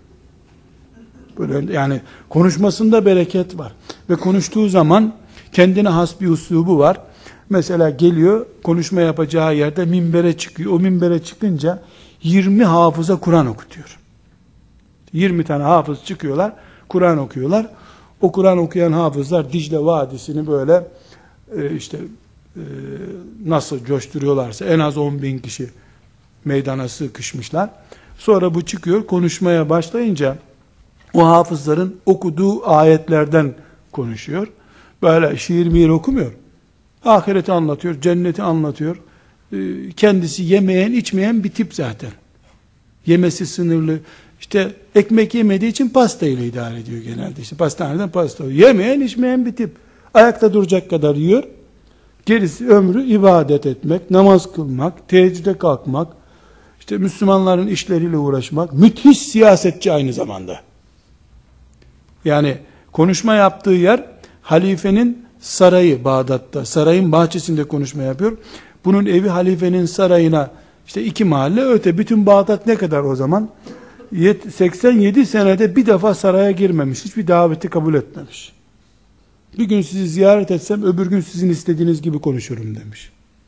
Böyle yani konuşmasında bereket var. Ve konuştuğu zaman kendine has bir üslubu var. Mesela geliyor, konuşma yapacağı yerde minbere çıkıyor. O minbere çıkınca yirmi hafıza Kur'an okutuyor. yirmi tane hafız çıkıyorlar, Kur'an okuyorlar. O Kur'an okuyan hafızlar Dicle Vadisi'ni böyle e, işte e, nasıl coşturuyorlarsa en az on bin kişi meydana sıkışmışlar. Sonra bu çıkıyor, konuşmaya başlayınca o hafızların okuduğu ayetlerden konuşuyor. Böyle şiir mihir okumuyor. Ahireti anlatıyor, cenneti anlatıyor. Kendisi yemeyen, içmeyen bir tip zaten. Yemesi sınırlı. İşte ekmek yemediği için pasta ile idare ediyor genelde. İşte pastaneden pasta. Yemeyen, içmeyen bir tip. Ayakta duracak kadar yiyor. Gerisi ömrü ibadet etmek, namaz kılmak, teheccüde kalkmak, işte Müslümanların işleriyle uğraşmak. Müthiş siyasetçi aynı zamanda. Yani konuşma yaptığı yer halifenin sarayı Bağdat'ta. Sarayın bahçesinde konuşma yapıyor. Bunun evi halifenin sarayına işte iki mahalle öte. Bütün Bağdat ne kadar o zaman? seksen yedi senede bir defa saraya girmemiş. Hiçbir daveti kabul etmemiş. Bir gün sizi ziyaret etsem öbür gün sizin istediğiniz gibi konuşurum demiş.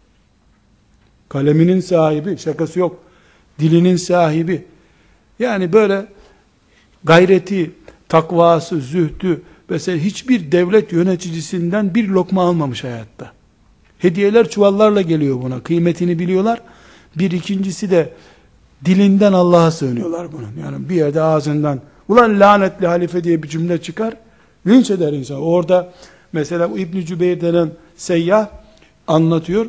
Kaleminin sahibi, şakası yok. Dilinin sahibi. Yani böyle gayreti, takvası, zühdü mesela hiçbir devlet yöneticisinden bir lokma almamış hayatta. Hediyeler çuvallarla geliyor buna. Kıymetini biliyorlar. Bir ikincisi de dilinden Allah'a sığınıyorlar bunun. Yani bir yerde ağzından ulan lanetli halife diye bir cümle çıkar. Linç eder insan. Orada mesela İbn-i Cübeyr denen seyyah anlatıyor.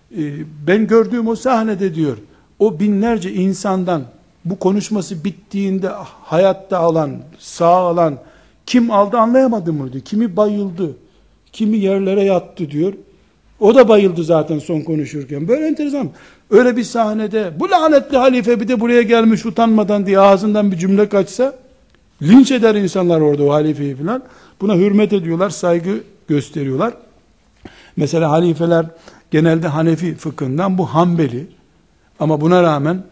Ben gördüğüm o sahnede diyor, o binlerce insandan bu konuşması bittiğinde hayatta olan, sağ olan kim aldı anlayamadım mı diyor. Kimi bayıldı, kimi yerlere yattı diyor. O da bayıldı zaten son konuşurken. Böyle enteresan. Öyle bir sahnede bu lanetli halife bir de buraya gelmiş utanmadan diye ağzından bir cümle kaçsa linç eder insanlar orada o halifeyi filan. Buna hürmet ediyorlar, saygı gösteriyorlar. Mesela halifeler genelde Hanefi fıkhından, bu Hanbeli. Ama buna rağmen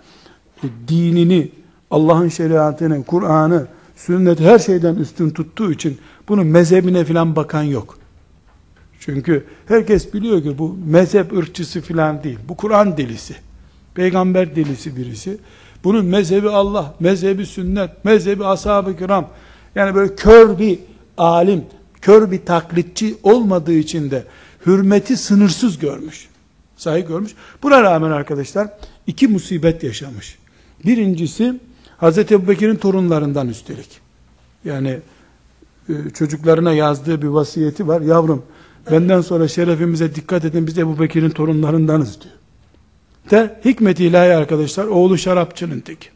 dinini, Allah'ın şeriatını, Kur'an'ı, sünneti her şeyden üstün tuttuğu için bunun mezhebine filan bakan yok. Çünkü herkes biliyor ki bu mezhep ırkçısı filan değil. Bu Kur'an delisi. Peygamber delisi birisi. Bunun mezhebi Allah, mezhebi sünnet, mezhebi ashab-ı kiram. Yani böyle kör bir alim, kör bir taklitçi olmadığı için de hürmeti sınırsız görmüş. Saygı görmüş. Buna rağmen arkadaşlar iki musibet yaşamış. Birincisi Hazreti Ebubekir'in torunlarından üstelik. Yani çocuklarına yazdığı bir vasiyeti var. Yavrum benden sonra şerefimize dikkat edin, biz Ebubekir'in torunlarındanız diyor. De hikmet-i ilahi arkadaşlar, oğlu şarapçının teki.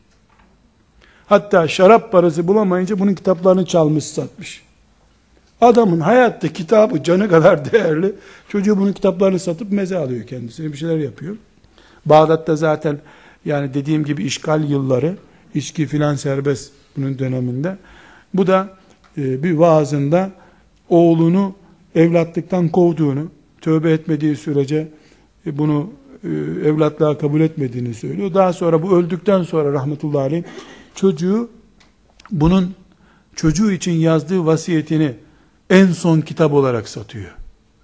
Hatta şarap parası bulamayınca bunun kitaplarını çalmış satmış. Adamın hayatta kitabı canı kadar değerli. Çocuğu bunun kitaplarını satıp meze alıyor kendisine, bir şeyler yapıyor. Bağdat'ta zaten yani dediğim gibi işgal yılları, içki filan serbest bunun döneminde. Bu da e, bir vaazında oğlunu evlatlıktan kovduğunu, tövbe etmediği sürece e, bunu e, evlatlığa kabul etmediğini söylüyor. Daha sonra bu öldükten sonra rahmetullahi aleyh çocuğu bunun çocuğu için yazdığı vasiyetini en son kitap olarak satıyor.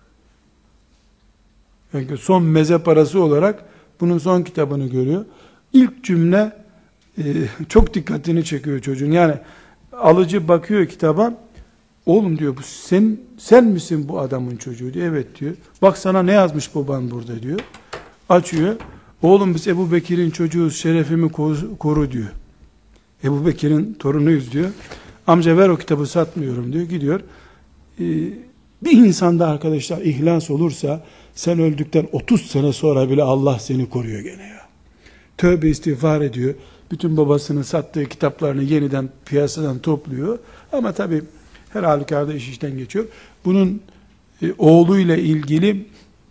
Yani son meze parası olarak bunun son kitabını görüyor. İlk cümle e, çok dikkatini çekiyor çocuğun. Yani alıcı bakıyor kitaba, oğlum diyor, bu sen sen misin bu adamın çocuğu diyor. Evet diyor. Bak sana ne yazmış baban burada diyor. Açıyor. Oğlum biz Ebubekir'in çocuğuz, şerefimi koru diyor. Ebubekir'in torunuyuz diyor. Amca ver o kitabı, satmıyorum diyor. Gidiyor. Ee, bir insanda arkadaşlar ihlas olursa sen öldükten otuz sene sonra bile Allah seni koruyor gene ya. Tövbe istiğfar ediyor. Bütün babasının sattığı kitaplarını yeniden piyasadan topluyor. Ama tabii her halükarda iş işten geçiyor. Bunun e, oğluyla ilgili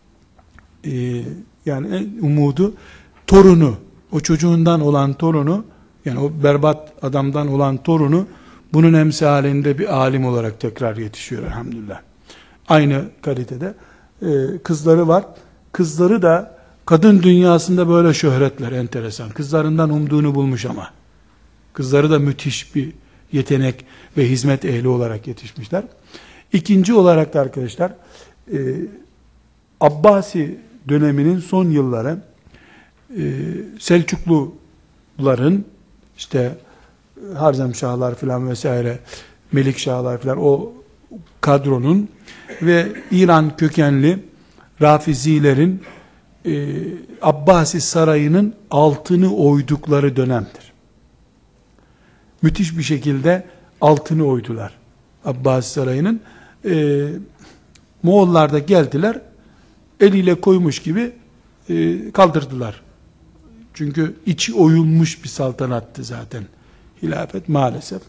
e, yani umudu torunu, o çocuğundan olan torunu, yani o berbat adamdan olan torunu bunun emsalinde bir alim olarak tekrar yetişiyor elhamdülillah. Aynı kalitede e, kızları var. Kızları da kadın dünyasında böyle şöhretler, enteresan. Kızlarından umduğunu bulmuş ama. Kızları da müthiş bir yetenek ve hizmet ehli olarak yetişmişler. İkinci olarak da arkadaşlar e, Abbasi döneminin son yılları e, Selçukluların işte Harzemşahlar filan vesaire, Melikşahlar filan, o kadronun ve İran kökenli Rafizilerin e, Abbasi sarayının altını oydukları dönemdir. Müthiş bir şekilde altını oydular Abbasi sarayının. E, Moğollar da geldiler, eliyle koymuş gibi e, kaldırdılar. Çünkü içi oyulmuş bir saltanattı zaten hilafet maalesef.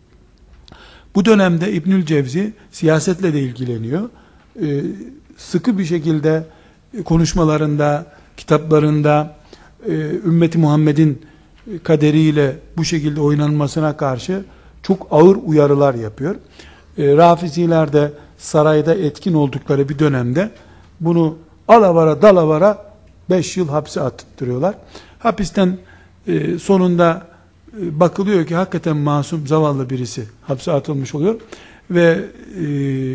Bu dönemde İbnül Cevzi siyasetle de ilgileniyor. Ee, sıkı bir şekilde konuşmalarında, kitaplarında e, ümmeti Muhammed'in kaderiyle bu şekilde oynanmasına karşı çok ağır uyarılar yapıyor. E, Rafiziler de sarayda etkin oldukları bir dönemde bunu alavara dalavara beş yıl hapse attırıyorlar. Hapisten e, sonunda e, bakılıyor ki hakikaten masum, zavallı birisi hapse atılmış oluyor ve e,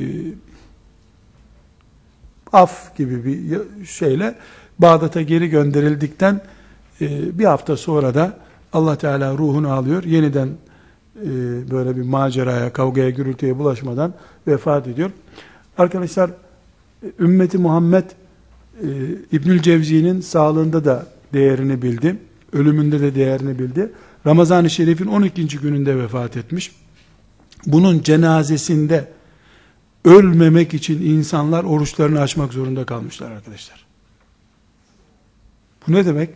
af gibi bir şeyle Bağdat'a geri gönderildikten e, bir hafta sonra da Allah Teala ruhunu alıyor. Yeniden e, böyle bir maceraya, kavgaya, gürültüye bulaşmadan vefat ediyor. Arkadaşlar, ümmeti Muhammed e, İbnül Cevzi'nin sağlığında da değerini bildi. Ölümünde de değerini bildi. Ramazan-ı Şerif'in on ikinci gününde vefat etmiş. Bunun cenazesinde ölmemek için insanlar oruçlarını açmak zorunda kalmışlar arkadaşlar. Bu ne demek?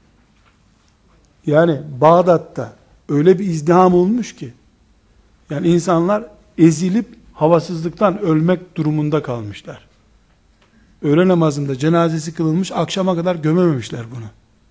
Yani Bağdat'ta öyle bir izdiham olmuş ki, yani insanlar ezilip havasızlıktan ölmek durumunda kalmışlar. Öğle namazında cenazesi kılınmış, akşama kadar gömememişler bunu.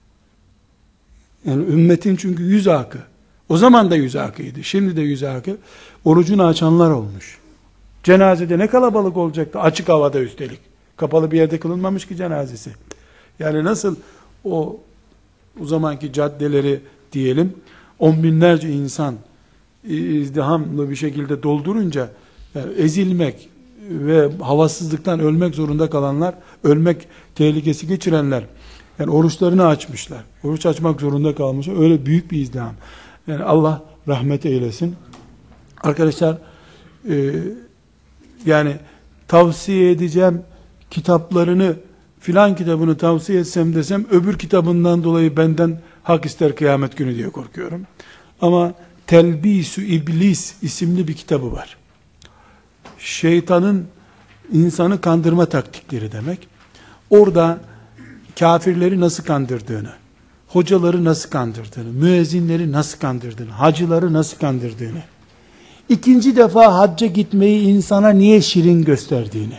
Yani ümmetin çünkü yüz akı. O zaman da yüz akıydı. Şimdi de yüz akı. Orucunu açanlar olmuş. Cenazede ne kalabalık olacaktı? Açık havada üstelik. Kapalı bir yerde kılınmamış ki cenazesi. Yani nasıl o o zamanki caddeleri diyelim on binlerce insan izdihamlı bir şekilde doldurunca, yani ezilmek ve havasızlıktan ölmek zorunda kalanlar, ölmek tehlikesi geçirenler, yani oruçlarını açmışlar. Oruç açmak zorunda kalmışlar. Öyle büyük bir izdiham. Yani Allah rahmet eylesin. Arkadaşlar, e, yani tavsiye edeceğim kitaplarını, filan kitabını tavsiye etsem desem, öbür kitabından dolayı benden hak ister kıyamet günü diye korkuyorum. Ama Telbisü İblis isimli bir kitabı var. Şeytanın insanı kandırma taktikleri demek. Orada kafirleri nasıl kandırdığını, hocaları nasıl kandırdığını, müezzinleri nasıl kandırdığını, hacıları nasıl kandırdığını, ikinci defa hacca gitmeyi insana niye şirin gösterdiğini,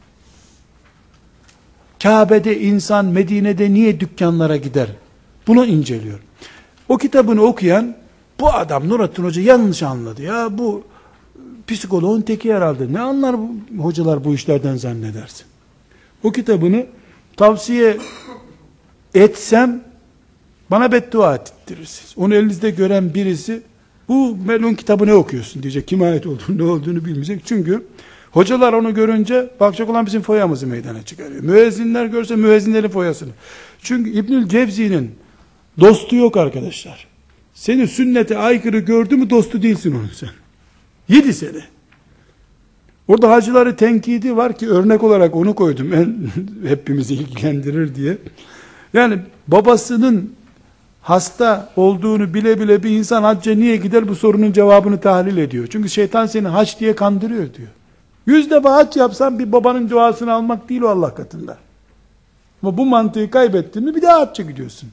Kabe'de insan Medine'de niye dükkanlara gider, bunu inceliyor. O kitabını okuyan, bu adam Nurattin Hoca yanlış anladı ya, bu psikoloğun teki herhalde, ne anlar bu, hocalar bu işlerden zannedersin. O kitabını tavsiye etsem bana beddua ettirirsiniz. Onu elinizde gören birisi, bu melun kitabı ne okuyorsun diyecek. Kime ait olduğunu, ne olduğunu bilmeyecek. Çünkü hocalar onu görünce bakacak olan bizim foyamızı meydana çıkarıyor. Müezzinler görse müezzinlerin foyasını. Çünkü İbnül Cevzi'nin dostu yok arkadaşlar. Seni sünnete aykırı gördü mü dostu değilsin onun sen. Yedi sene. Orada hacıları tenkidi var ki örnek olarak onu koydum. En, hepimizi ilgilendirir diye. Yani babasının hasta olduğunu bile bile bir insan hacca niye gider, bu sorunun cevabını tahlil ediyor. Çünkü şeytan seni hac diye kandırıyor diyor. Yüz defa hac yapsan bir babanın duasını almak değil o Allah katında. Ama bu mantığı kaybettin mi bir daha hacca gidiyorsun.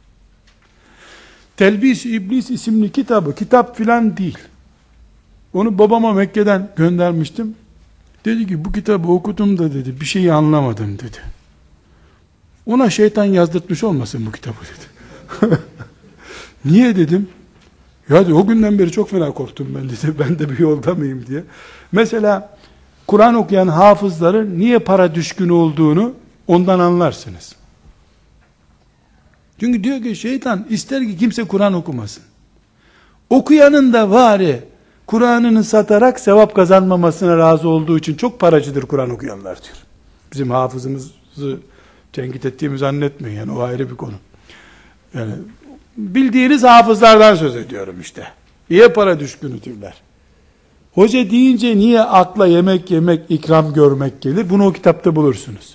Telbis İblis isimli kitabı, kitap filan değil. Onu babama Mekke'den göndermiştim. Dedi ki bu kitabı okudum da dedi bir şeyi anlamadım dedi. Ona şeytan yazdırtmış olmasın bu kitabı dedi. Niye dedim? Ya dedi, o günden beri çok fena korktum ben dedi. Ben de bir yolda mıyım diye. Mesela Kur'an okuyan hafızların niye para düşkünü olduğunu ondan anlarsınız. Çünkü diyor ki şeytan ister ki kimse Kur'an okumasın. Okuyanın da bari Kur'an'ını satarak sevap kazanmamasına razı olduğu için çok paracıdır Kur'an okuyanlar diyor. Bizim hafızımızı tenkit ettiğimi zannetmeyin, yani o ayrı bir konu. Yani bildiğiniz hafızlardan söz ediyorum işte. Niye para düşkünüdürler? Hoca deyince niye akla yemek yemek, ikram görmek gelir? Bunu o kitapta bulursunuz.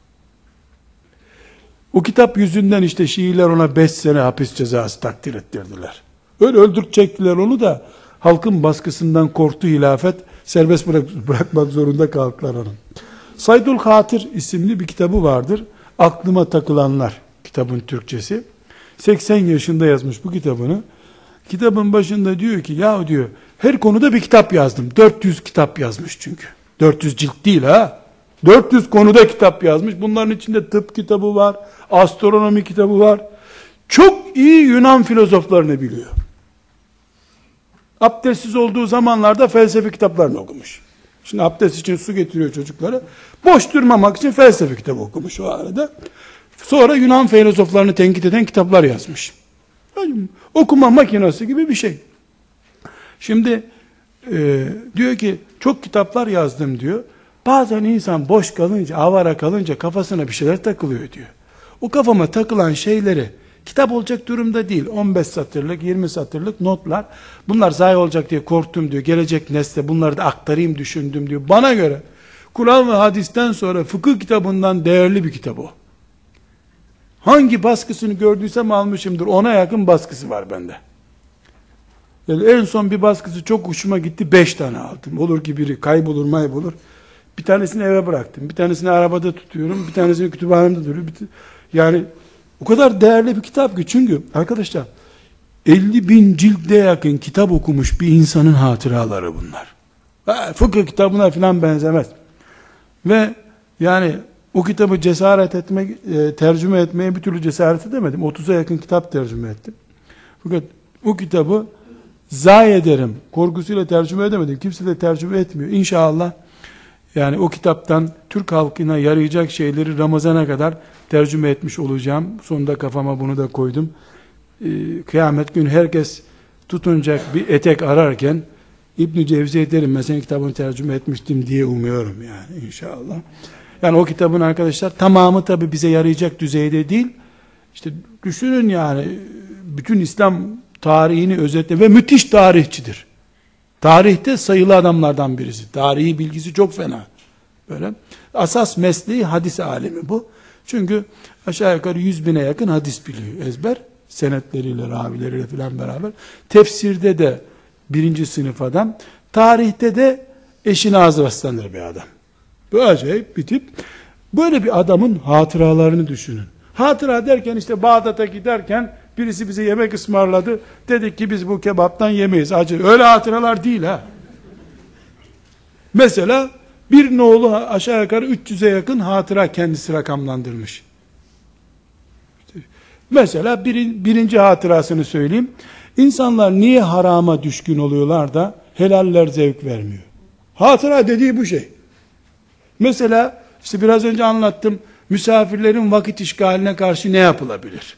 O kitap yüzünden işte Şiiler ona beş sene hapis cezası takdir ettirdiler. Öyle öldürtecektiler onu da halkın baskısından korktu hilafet, serbest bırak, bırakmak zorunda kaldılar onun. Saydul Hatır isimli bir kitabı vardır. Aklıma takılanlar kitabın Türkçesi. seksen yaşında yazmış bu kitabını. Kitabın başında diyor ki ya diyor her konuda bir kitap yazdım. dört yüz kitap yazmış çünkü. dört yüz cilt değil ha. dört yüz konuda kitap yazmış. Bunların içinde tıp kitabı var, astronomi kitabı var. Çok iyi Yunan filozoflarını biliyor. Abdestsiz olduğu zamanlarda felsefe kitaplarını okumuş. Şimdi abdest için su getiriyor çocuklara. Boş durmamak için felsefe kitabı okumuş o arada. Sonra Yunan filozoflarını tenkit eden kitaplar yazmış. Yani okuma makinesi gibi bir şey. Şimdi e, diyor ki çok kitaplar yazdım diyor. Bazen insan boş kalınca, avara kalınca kafasına bir şeyler takılıyor diyor. O kafama takılan şeyleri kitap olacak durumda değil. on beş satırlık, yirmi satırlık notlar. Bunlar zayi olacak diye korktum diyor. Gelecek nesle bunları da aktarayım düşündüm diyor. Bana göre Kur'an ve hadisten sonra fıkıh kitabından değerli bir kitap o. Hangi baskısını gördüysem almışımdır. Ona yakın baskısı var bende. Yani en son bir baskısı çok hoşuma gitti. Beş tane aldım. Olur ki biri kaybolur maybolur. Bir tanesini eve bıraktım. Bir tanesini arabada tutuyorum. Bir tanesini kütüphanemde duruyor. Yani o kadar değerli bir kitap ki. Çünkü arkadaşlar elli bin cilde yakın kitap okumuş bir insanın hatıraları bunlar. Ha, fıkıh kitabına falan benzemez. Ve yani o kitabı cesaret etmek, e, tercüme etmeye bir türlü cesaret edemedim. otuza yakın kitap tercüme ettim. Fakat o kitabı zayi ederim korkusuyla tercüme edemedim. Kimse de tercüme etmiyor. İnşallah yani o kitaptan Türk halkına yarayacak şeyleri Ramazan'a kadar tercüme etmiş olacağım. Sonunda kafama bunu da koydum. Ee, kıyamet günü herkes tutunacak bir etek ararken İbn-i Cevziye derim ben senin kitabını tercüme etmiştim diye umuyorum yani inşallah. Yani o kitabın arkadaşlar tamamı tabi bize yarayacak düzeyde değil. İşte düşünün yani bütün İslam tarihini özetle ve müthiş tarihçidir. Tarihte sayılı adamlardan birisi. Tarihi bilgisi çok fena. Böyle. Asas mesleği hadis alimi bu. Çünkü aşağı yukarı yüz bine yakın hadis biliyor ezber. Senetleriyle, ravileriyle filan beraber. Tefsirde de birinci sınıf adam. Tarihte de eşine az rastlanır bir adam. Bu acayip bir tip. Böyle bir adamın hatıralarını düşünün. Hatıra derken işte Bağdat'a giderken birisi bize yemek ısmarladı. Dedik ki biz bu kebaptan yemeyiz. Acı. Öyle hatıralar değil ha. Mesela bir nolu aşağı yukarı üç yüze yakın hatıra kendisi rakamlandırmış. Mesela bir, birinci hatırasını söyleyeyim. İnsanlar niye harama düşkün oluyorlar da helaller zevk vermiyor? Hatıra dediği bu şey. Mesela işte biraz önce anlattım. Misafirlerin vakit işgaline karşı ne yapılabilir?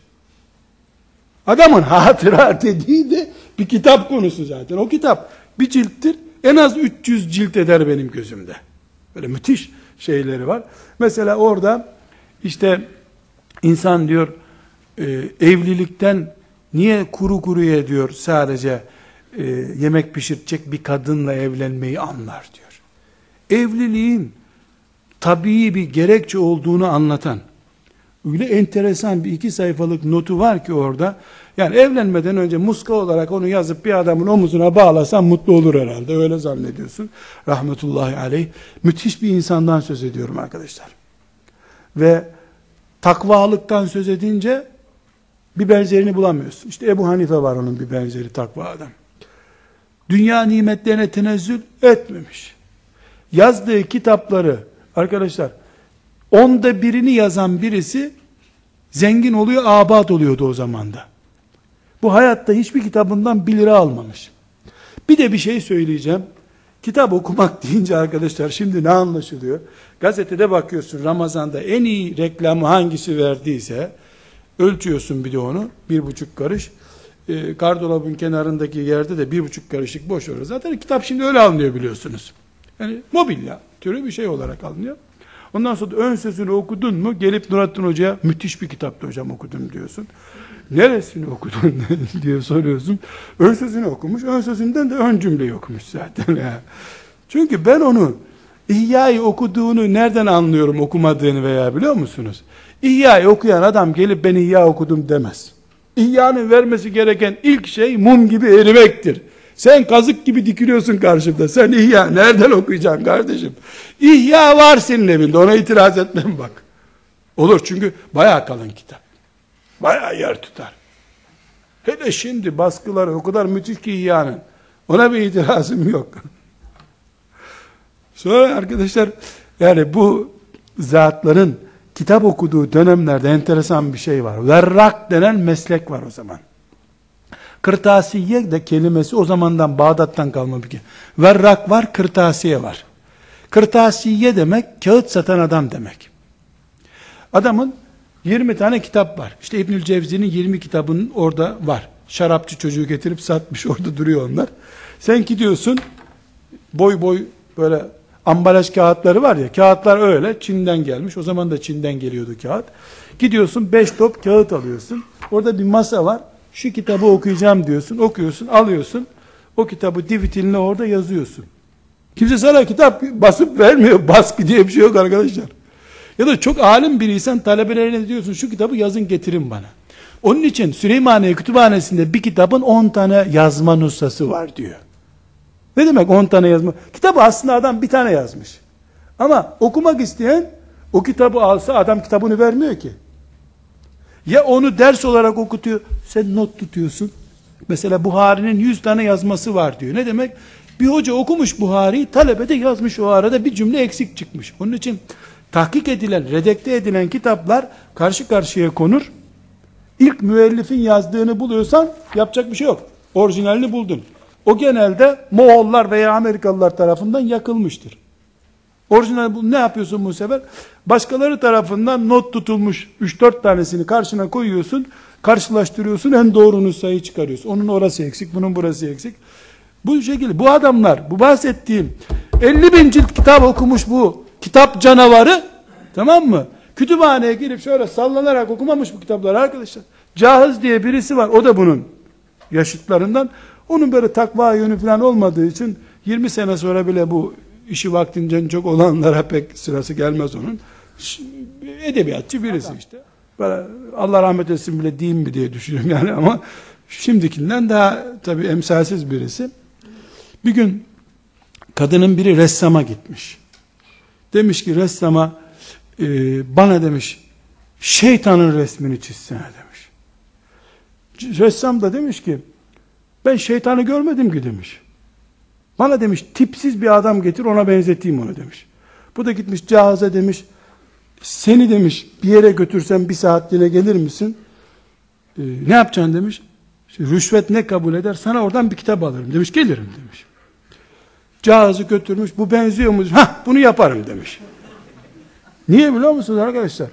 Adamın hatıra dediği de bir kitap konusu zaten. O kitap bir cilttir. En az üç yüz cilt eder benim gözümde. Böyle müthiş şeyleri var. Mesela orada işte insan diyor e, evlilikten niye kuru kuruya diyor sadece e, yemek pişirecek bir kadınla evlenmeyi anlar diyor. Evliliğin tabii bir gerekçe olduğunu anlatan öyle enteresan bir iki sayfalık notu var ki orada. Yani evlenmeden önce muska olarak onu yazıp bir adamın omuzuna bağlasan mutlu olur herhalde. Öyle zannediyorsun. Rahmetullahi aleyh. Müthiş bir insandan söz ediyorum arkadaşlar. Ve takvalıktan söz edince bir benzerini bulamıyorsun. İşte Ebu Hanife var onun bir benzeri takva adam. Dünya nimetlerine tenezzül etmemiş. Yazdığı kitapları arkadaşlar onda birini yazan birisi zengin oluyor, abat oluyordu o zamanda. Bu hayatta hiçbir kitabından bir lira almamış. Bir de bir şey söyleyeceğim. Kitap okumak deyince arkadaşlar şimdi ne anlaşılıyor? Gazetede bakıyorsun Ramazan'da en iyi reklamı hangisi verdiyse ölçüyorsun bir de onu. Bir buçuk karış. E, gardırobun kenarındaki yerde de bir buçuk karışlık boş olur. Zaten kitap şimdi öyle alınıyor biliyorsunuz. Yani mobilya türü bir şey olarak alınıyor. Ondan sonra ön sözünü okudun mu gelip Nurattin Hoca'ya müthiş bir kitaptı hocam okudum diyorsun. Neresini okudun diye soruyorsun. Ön sözünü okumuş. Ön sözünden de ön cümleyi okumuş zaten. Çünkü ben onu İhya'yı okuduğunu nereden anlıyorum okumadığını veya biliyor musunuz? İhya'yı okuyan adam gelip ben İhya okudum demez. İhya'nın vermesi gereken ilk şey mum gibi erimektir. Sen kazık gibi dikiliyorsun karşımda. Sen İhya nereden okuyacaksın kardeşim? İhya var senin evinde. Ona itiraz etmem bak. Olur çünkü bayağı kalın kitap. Bayağı yer tutar. Hele şimdi baskıları o kadar müthiş ki İhya'nın. Ona bir itirazım yok. Sonra arkadaşlar yani bu zatların kitap okuduğu dönemlerde enteresan bir şey var. Verrak denen meslek var o zaman. Kırtasiye de kelimesi o zamandan Bağdat'tan kalma bir kelime. Verrak var, kırtasiye var. Kırtasiye demek kağıt satan adam demek. Adamın yirmi tane kitap var. İşte İbnül Cevzi'nin yirmi kitabının orada var. Şarapçı çocuğu getirip satmış, orada duruyor onlar. Sen gidiyorsun, boy boy böyle ambalaj kağıtları var ya, kağıtlar öyle Çin'den gelmiş. O zaman da Çin'den geliyordu kağıt. Gidiyorsun, beş top kağıt alıyorsun. Orada bir masa var. Şu kitabı okuyacağım diyorsun. Okuyorsun, alıyorsun. O kitabı divitiline orada yazıyorsun. Kimse sana kitap basıp vermiyor. Baskı diye bir şey yok arkadaşlar. Ya da çok alim biriysen talebelerine diyorsun, şu kitabı yazın getirin bana. Onun için Süleymaniye Kütüphanesi'nde bir kitabın on tane yazma nüshası var diyor. Ne demek on tane yazma? Kitabı aslında adam bir tane yazmış. Ama okumak isteyen o kitabı alsa adam kitabını vermiyor ki. Ya onu ders olarak okutuyor, sen not tutuyorsun. Mesela Buhari'nin yüz tane yazması var diyor. Ne demek? Bir hoca okumuş Buhari'yi, talebe de yazmış, o arada bir cümle eksik çıkmış. Onun için tahkik edilen, redakte edilen kitaplar karşı karşıya konur. İlk müellifin yazdığını buluyorsan yapacak bir şey yok. Orijinalini buldun. O genelde Moğollar veya Amerikalılar tarafından yakılmıştır. Orijinal bu, ne yapıyorsun bu sefer? Başkaları tarafından not tutulmuş üç dört tanesini karşına koyuyorsun, karşılaştırıyorsun, en doğrunu sayı çıkarıyorsun. Onun orası eksik, bunun burası eksik. Bu şekilde bu adamlar, bu bahsettiğim elli bin cilt kitap okumuş bu kitap canavarı, tamam mı? Kütüphaneye girip şöyle sallanarak okumamış bu kitapları arkadaşlar. Cahiz diye birisi var, o da bunun yaşıtlarından. Onun böyle takva yönü falan olmadığı için yirmi sene sonra bile bu işi vaktinden çok olanlara pek sırası gelmez onun. Edebiyatçı birisi işte. Böyle Allah rahmet etsin bile diyeyim mi diye düşünüyorum yani, ama şimdikinden daha tabii emsalsiz birisi. Bir gün kadının biri ressama gitmiş. Demiş ki ressama, e, bana demiş şeytanın resmini çizsene demiş. Ressam da demiş ki ben şeytanı görmedim ki demiş. Bana demiş tipsiz bir adam getir, ona benzeteyim onu demiş. Bu da gitmiş Cahaz'a demiş, seni demiş bir yere götürsem bir saatliğine gelir misin? Ee, ne yapacaksın demiş. İşte, rüşvet ne kabul eder? Sana oradan bir kitap alırım demiş. Gelirim demiş. Cahaz'ı götürmüş. Bu benziyor mu? Hah, bunu yaparım demiş. Niye biliyor musunuz arkadaşlar?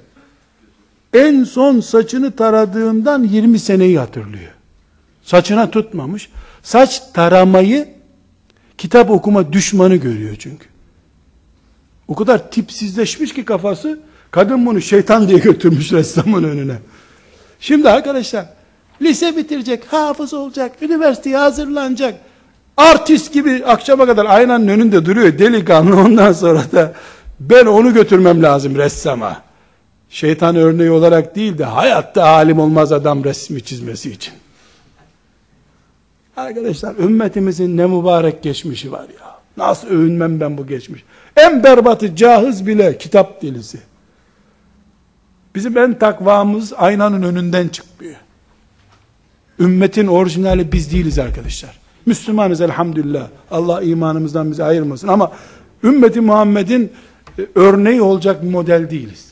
En son saçını taradığından yirmi seneyi hatırlıyor. Saçına tutmamış. Saç taramayı kitap okuma düşmanı görüyor çünkü. O kadar tipsizleşmiş ki kafası, kadın bunu şeytan diye götürmüş ressamın önüne. Şimdi arkadaşlar, lise bitirecek, hafız olacak, üniversiteye hazırlanacak, artist gibi akşama kadar aynanın önünde duruyor delikanlı, ondan sonra da ben onu götürmem lazım ressama. Şeytan örneği olarak değil de hayatta alim olmaz adam resmi çizmesi için. Arkadaşlar ümmetimizin ne mübarek geçmişi var ya. Nasıl övünmem ben bu geçmiş. En berbatı Cahiz bile kitap delisi. Bizim en takvamız aynanın önünden çıkmıyor. Ümmetin orijinali biz değiliz arkadaşlar. Müslümanız elhamdülillah. Allah imanımızdan bizi ayırmasın, ama ümmeti Muhammed'in örneği olacak bir model değiliz.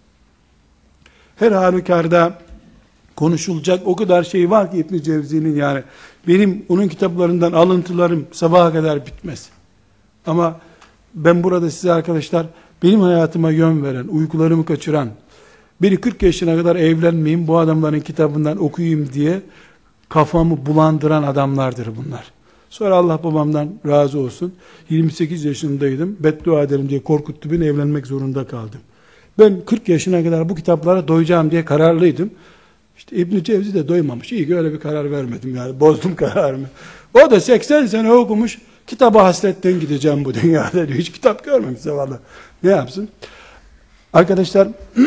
Her halükarda konuşulacak o kadar şey var ki İbn Cevzi'nin, yani benim onun kitaplarından alıntılarım sabaha kadar bitmez. Ama ben burada size arkadaşlar, benim hayatıma yön veren, uykularımı kaçıran, beni kırk yaşına kadar evlenmeyeyim, bu adamların kitabından okuyayım diye kafamı bulandıran adamlardır bunlar. Sonra Allah babamdan razı olsun, yirmi sekiz yaşındaydım, beddua ederim diye korkuttu beni, evlenmek zorunda kaldım. Ben kırk yaşına kadar bu kitaplara doyacağım diye kararlıydım. İşte İbn Cevzi de doymamış. İyi ki öyle bir karar vermedim yani. Bozdum kararımı. O da seksen sene okumuş. Kitaba hasretten gideceğim bu dünyada diyor. Hiç kitap görmemiş zavallı. Ne yapsın? Arkadaşlar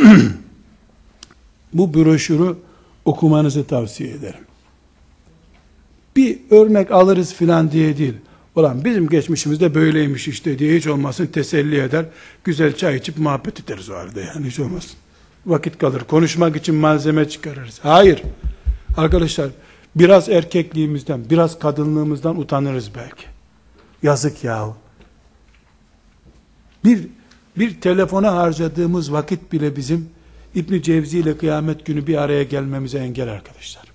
bu broşürü okumanızı tavsiye ederim. Bir örnek alırız filan diye değil. Ulan bizim geçmişimizde böyleymiş işte diye hiç olmasın teselli eder. Güzel çay içip muhabbet ederiz o arada yani, hiç olmasın. Vakit kalır. Konuşmak için malzeme çıkarırız. Hayır. Arkadaşlar biraz erkekliğimizden, biraz kadınlığımızdan utanırız belki. Yazık yahu. Bir, bir telefona harcadığımız vakit bile bizim İbn Cevzi ile kıyamet günü bir araya gelmemize engel arkadaşlar.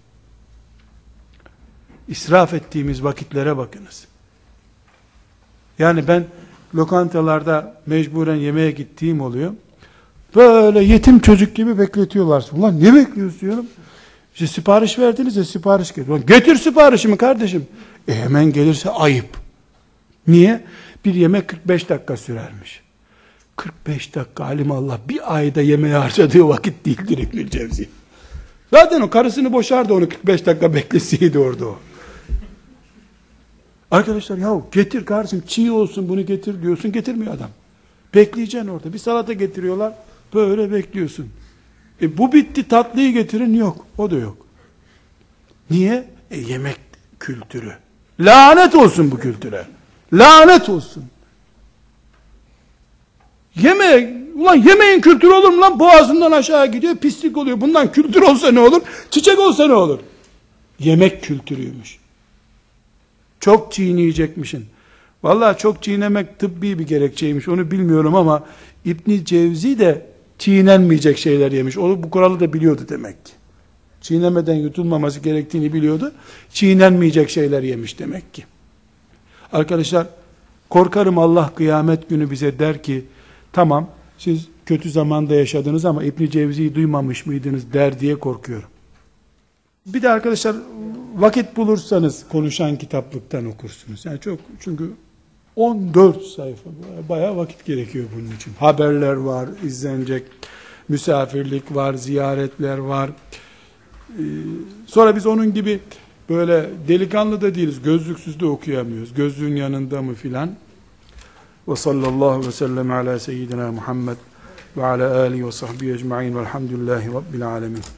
İsraf ettiğimiz vakitlere bakınız. Yani ben lokantalarda mecburen yemeğe gittiğim oluyor. Böyle yetim çocuk gibi bekletiyorlar. Ulan ne bekliyorsun diyorum. İşte sipariş verdiniz ya, sipariş getir. Ulan getir siparişimi kardeşim. E hemen gelirse ayıp. Niye? Bir yemek kırk beş dakika sürermiş. kırk beş dakika alimallah bir ayda yemeğe harcadığı vakit değildir İbnül Cevzi. Zaten o karısını boşardı, onu kırk beş dakika bekleseydi orada o. Arkadaşlar ya getir kardeşim, çiğ olsun bunu getir diyorsun, getirmiyor adam. Bekleyeceksin orada. Bir salata getiriyorlar, böyle bekliyorsun. E bu bitti, tatlıyı getirin, yok. O da yok. Niye? E yemek kültürü. Lanet olsun bu kültüre. Lanet olsun. Yemek, ulan yemeğin kültürü olur mu lan? Boğazından aşağı gidiyor, pislik oluyor. Bundan kültür olsa ne olur? Çiçek olsa ne olur? Yemek kültürüymüş. Çok çiğneyecekmişsin. Vallahi çok çiğnemek tıbbi bir gerekçeymiş. Onu bilmiyorum ama İbn Cevzi de çiğnenmeyecek şeyler yemiş. O bu kuralı da biliyordu demek ki. Çiğnemeden yutulmaması gerektiğini biliyordu. Çiğnenmeyecek şeyler yemiş demek ki. Arkadaşlar, korkarım Allah kıyamet günü bize der ki, tamam siz kötü zamanda yaşadınız ama İbn Cevzi'yi duymamış mıydınız der diye korkuyorum. Bir de arkadaşlar, vakit bulursanız konuşan kitaplıktan okursunuz. Yani çok, çünkü on dört sayfa, bayağı vakit gerekiyor bunun için. Haberler var, izlenecek, misafirlik var, ziyaretler var. Ee, sonra biz onun gibi böyle delikanlı da değiliz, gözlüksüz de okuyamıyoruz. Gözlüğün yanında mı filan. Ve sallallahu ve sellem ala seyyidina Muhammed ve ala alihi ve sahbihi ecma'in velhamdülillahi rabbil alemin.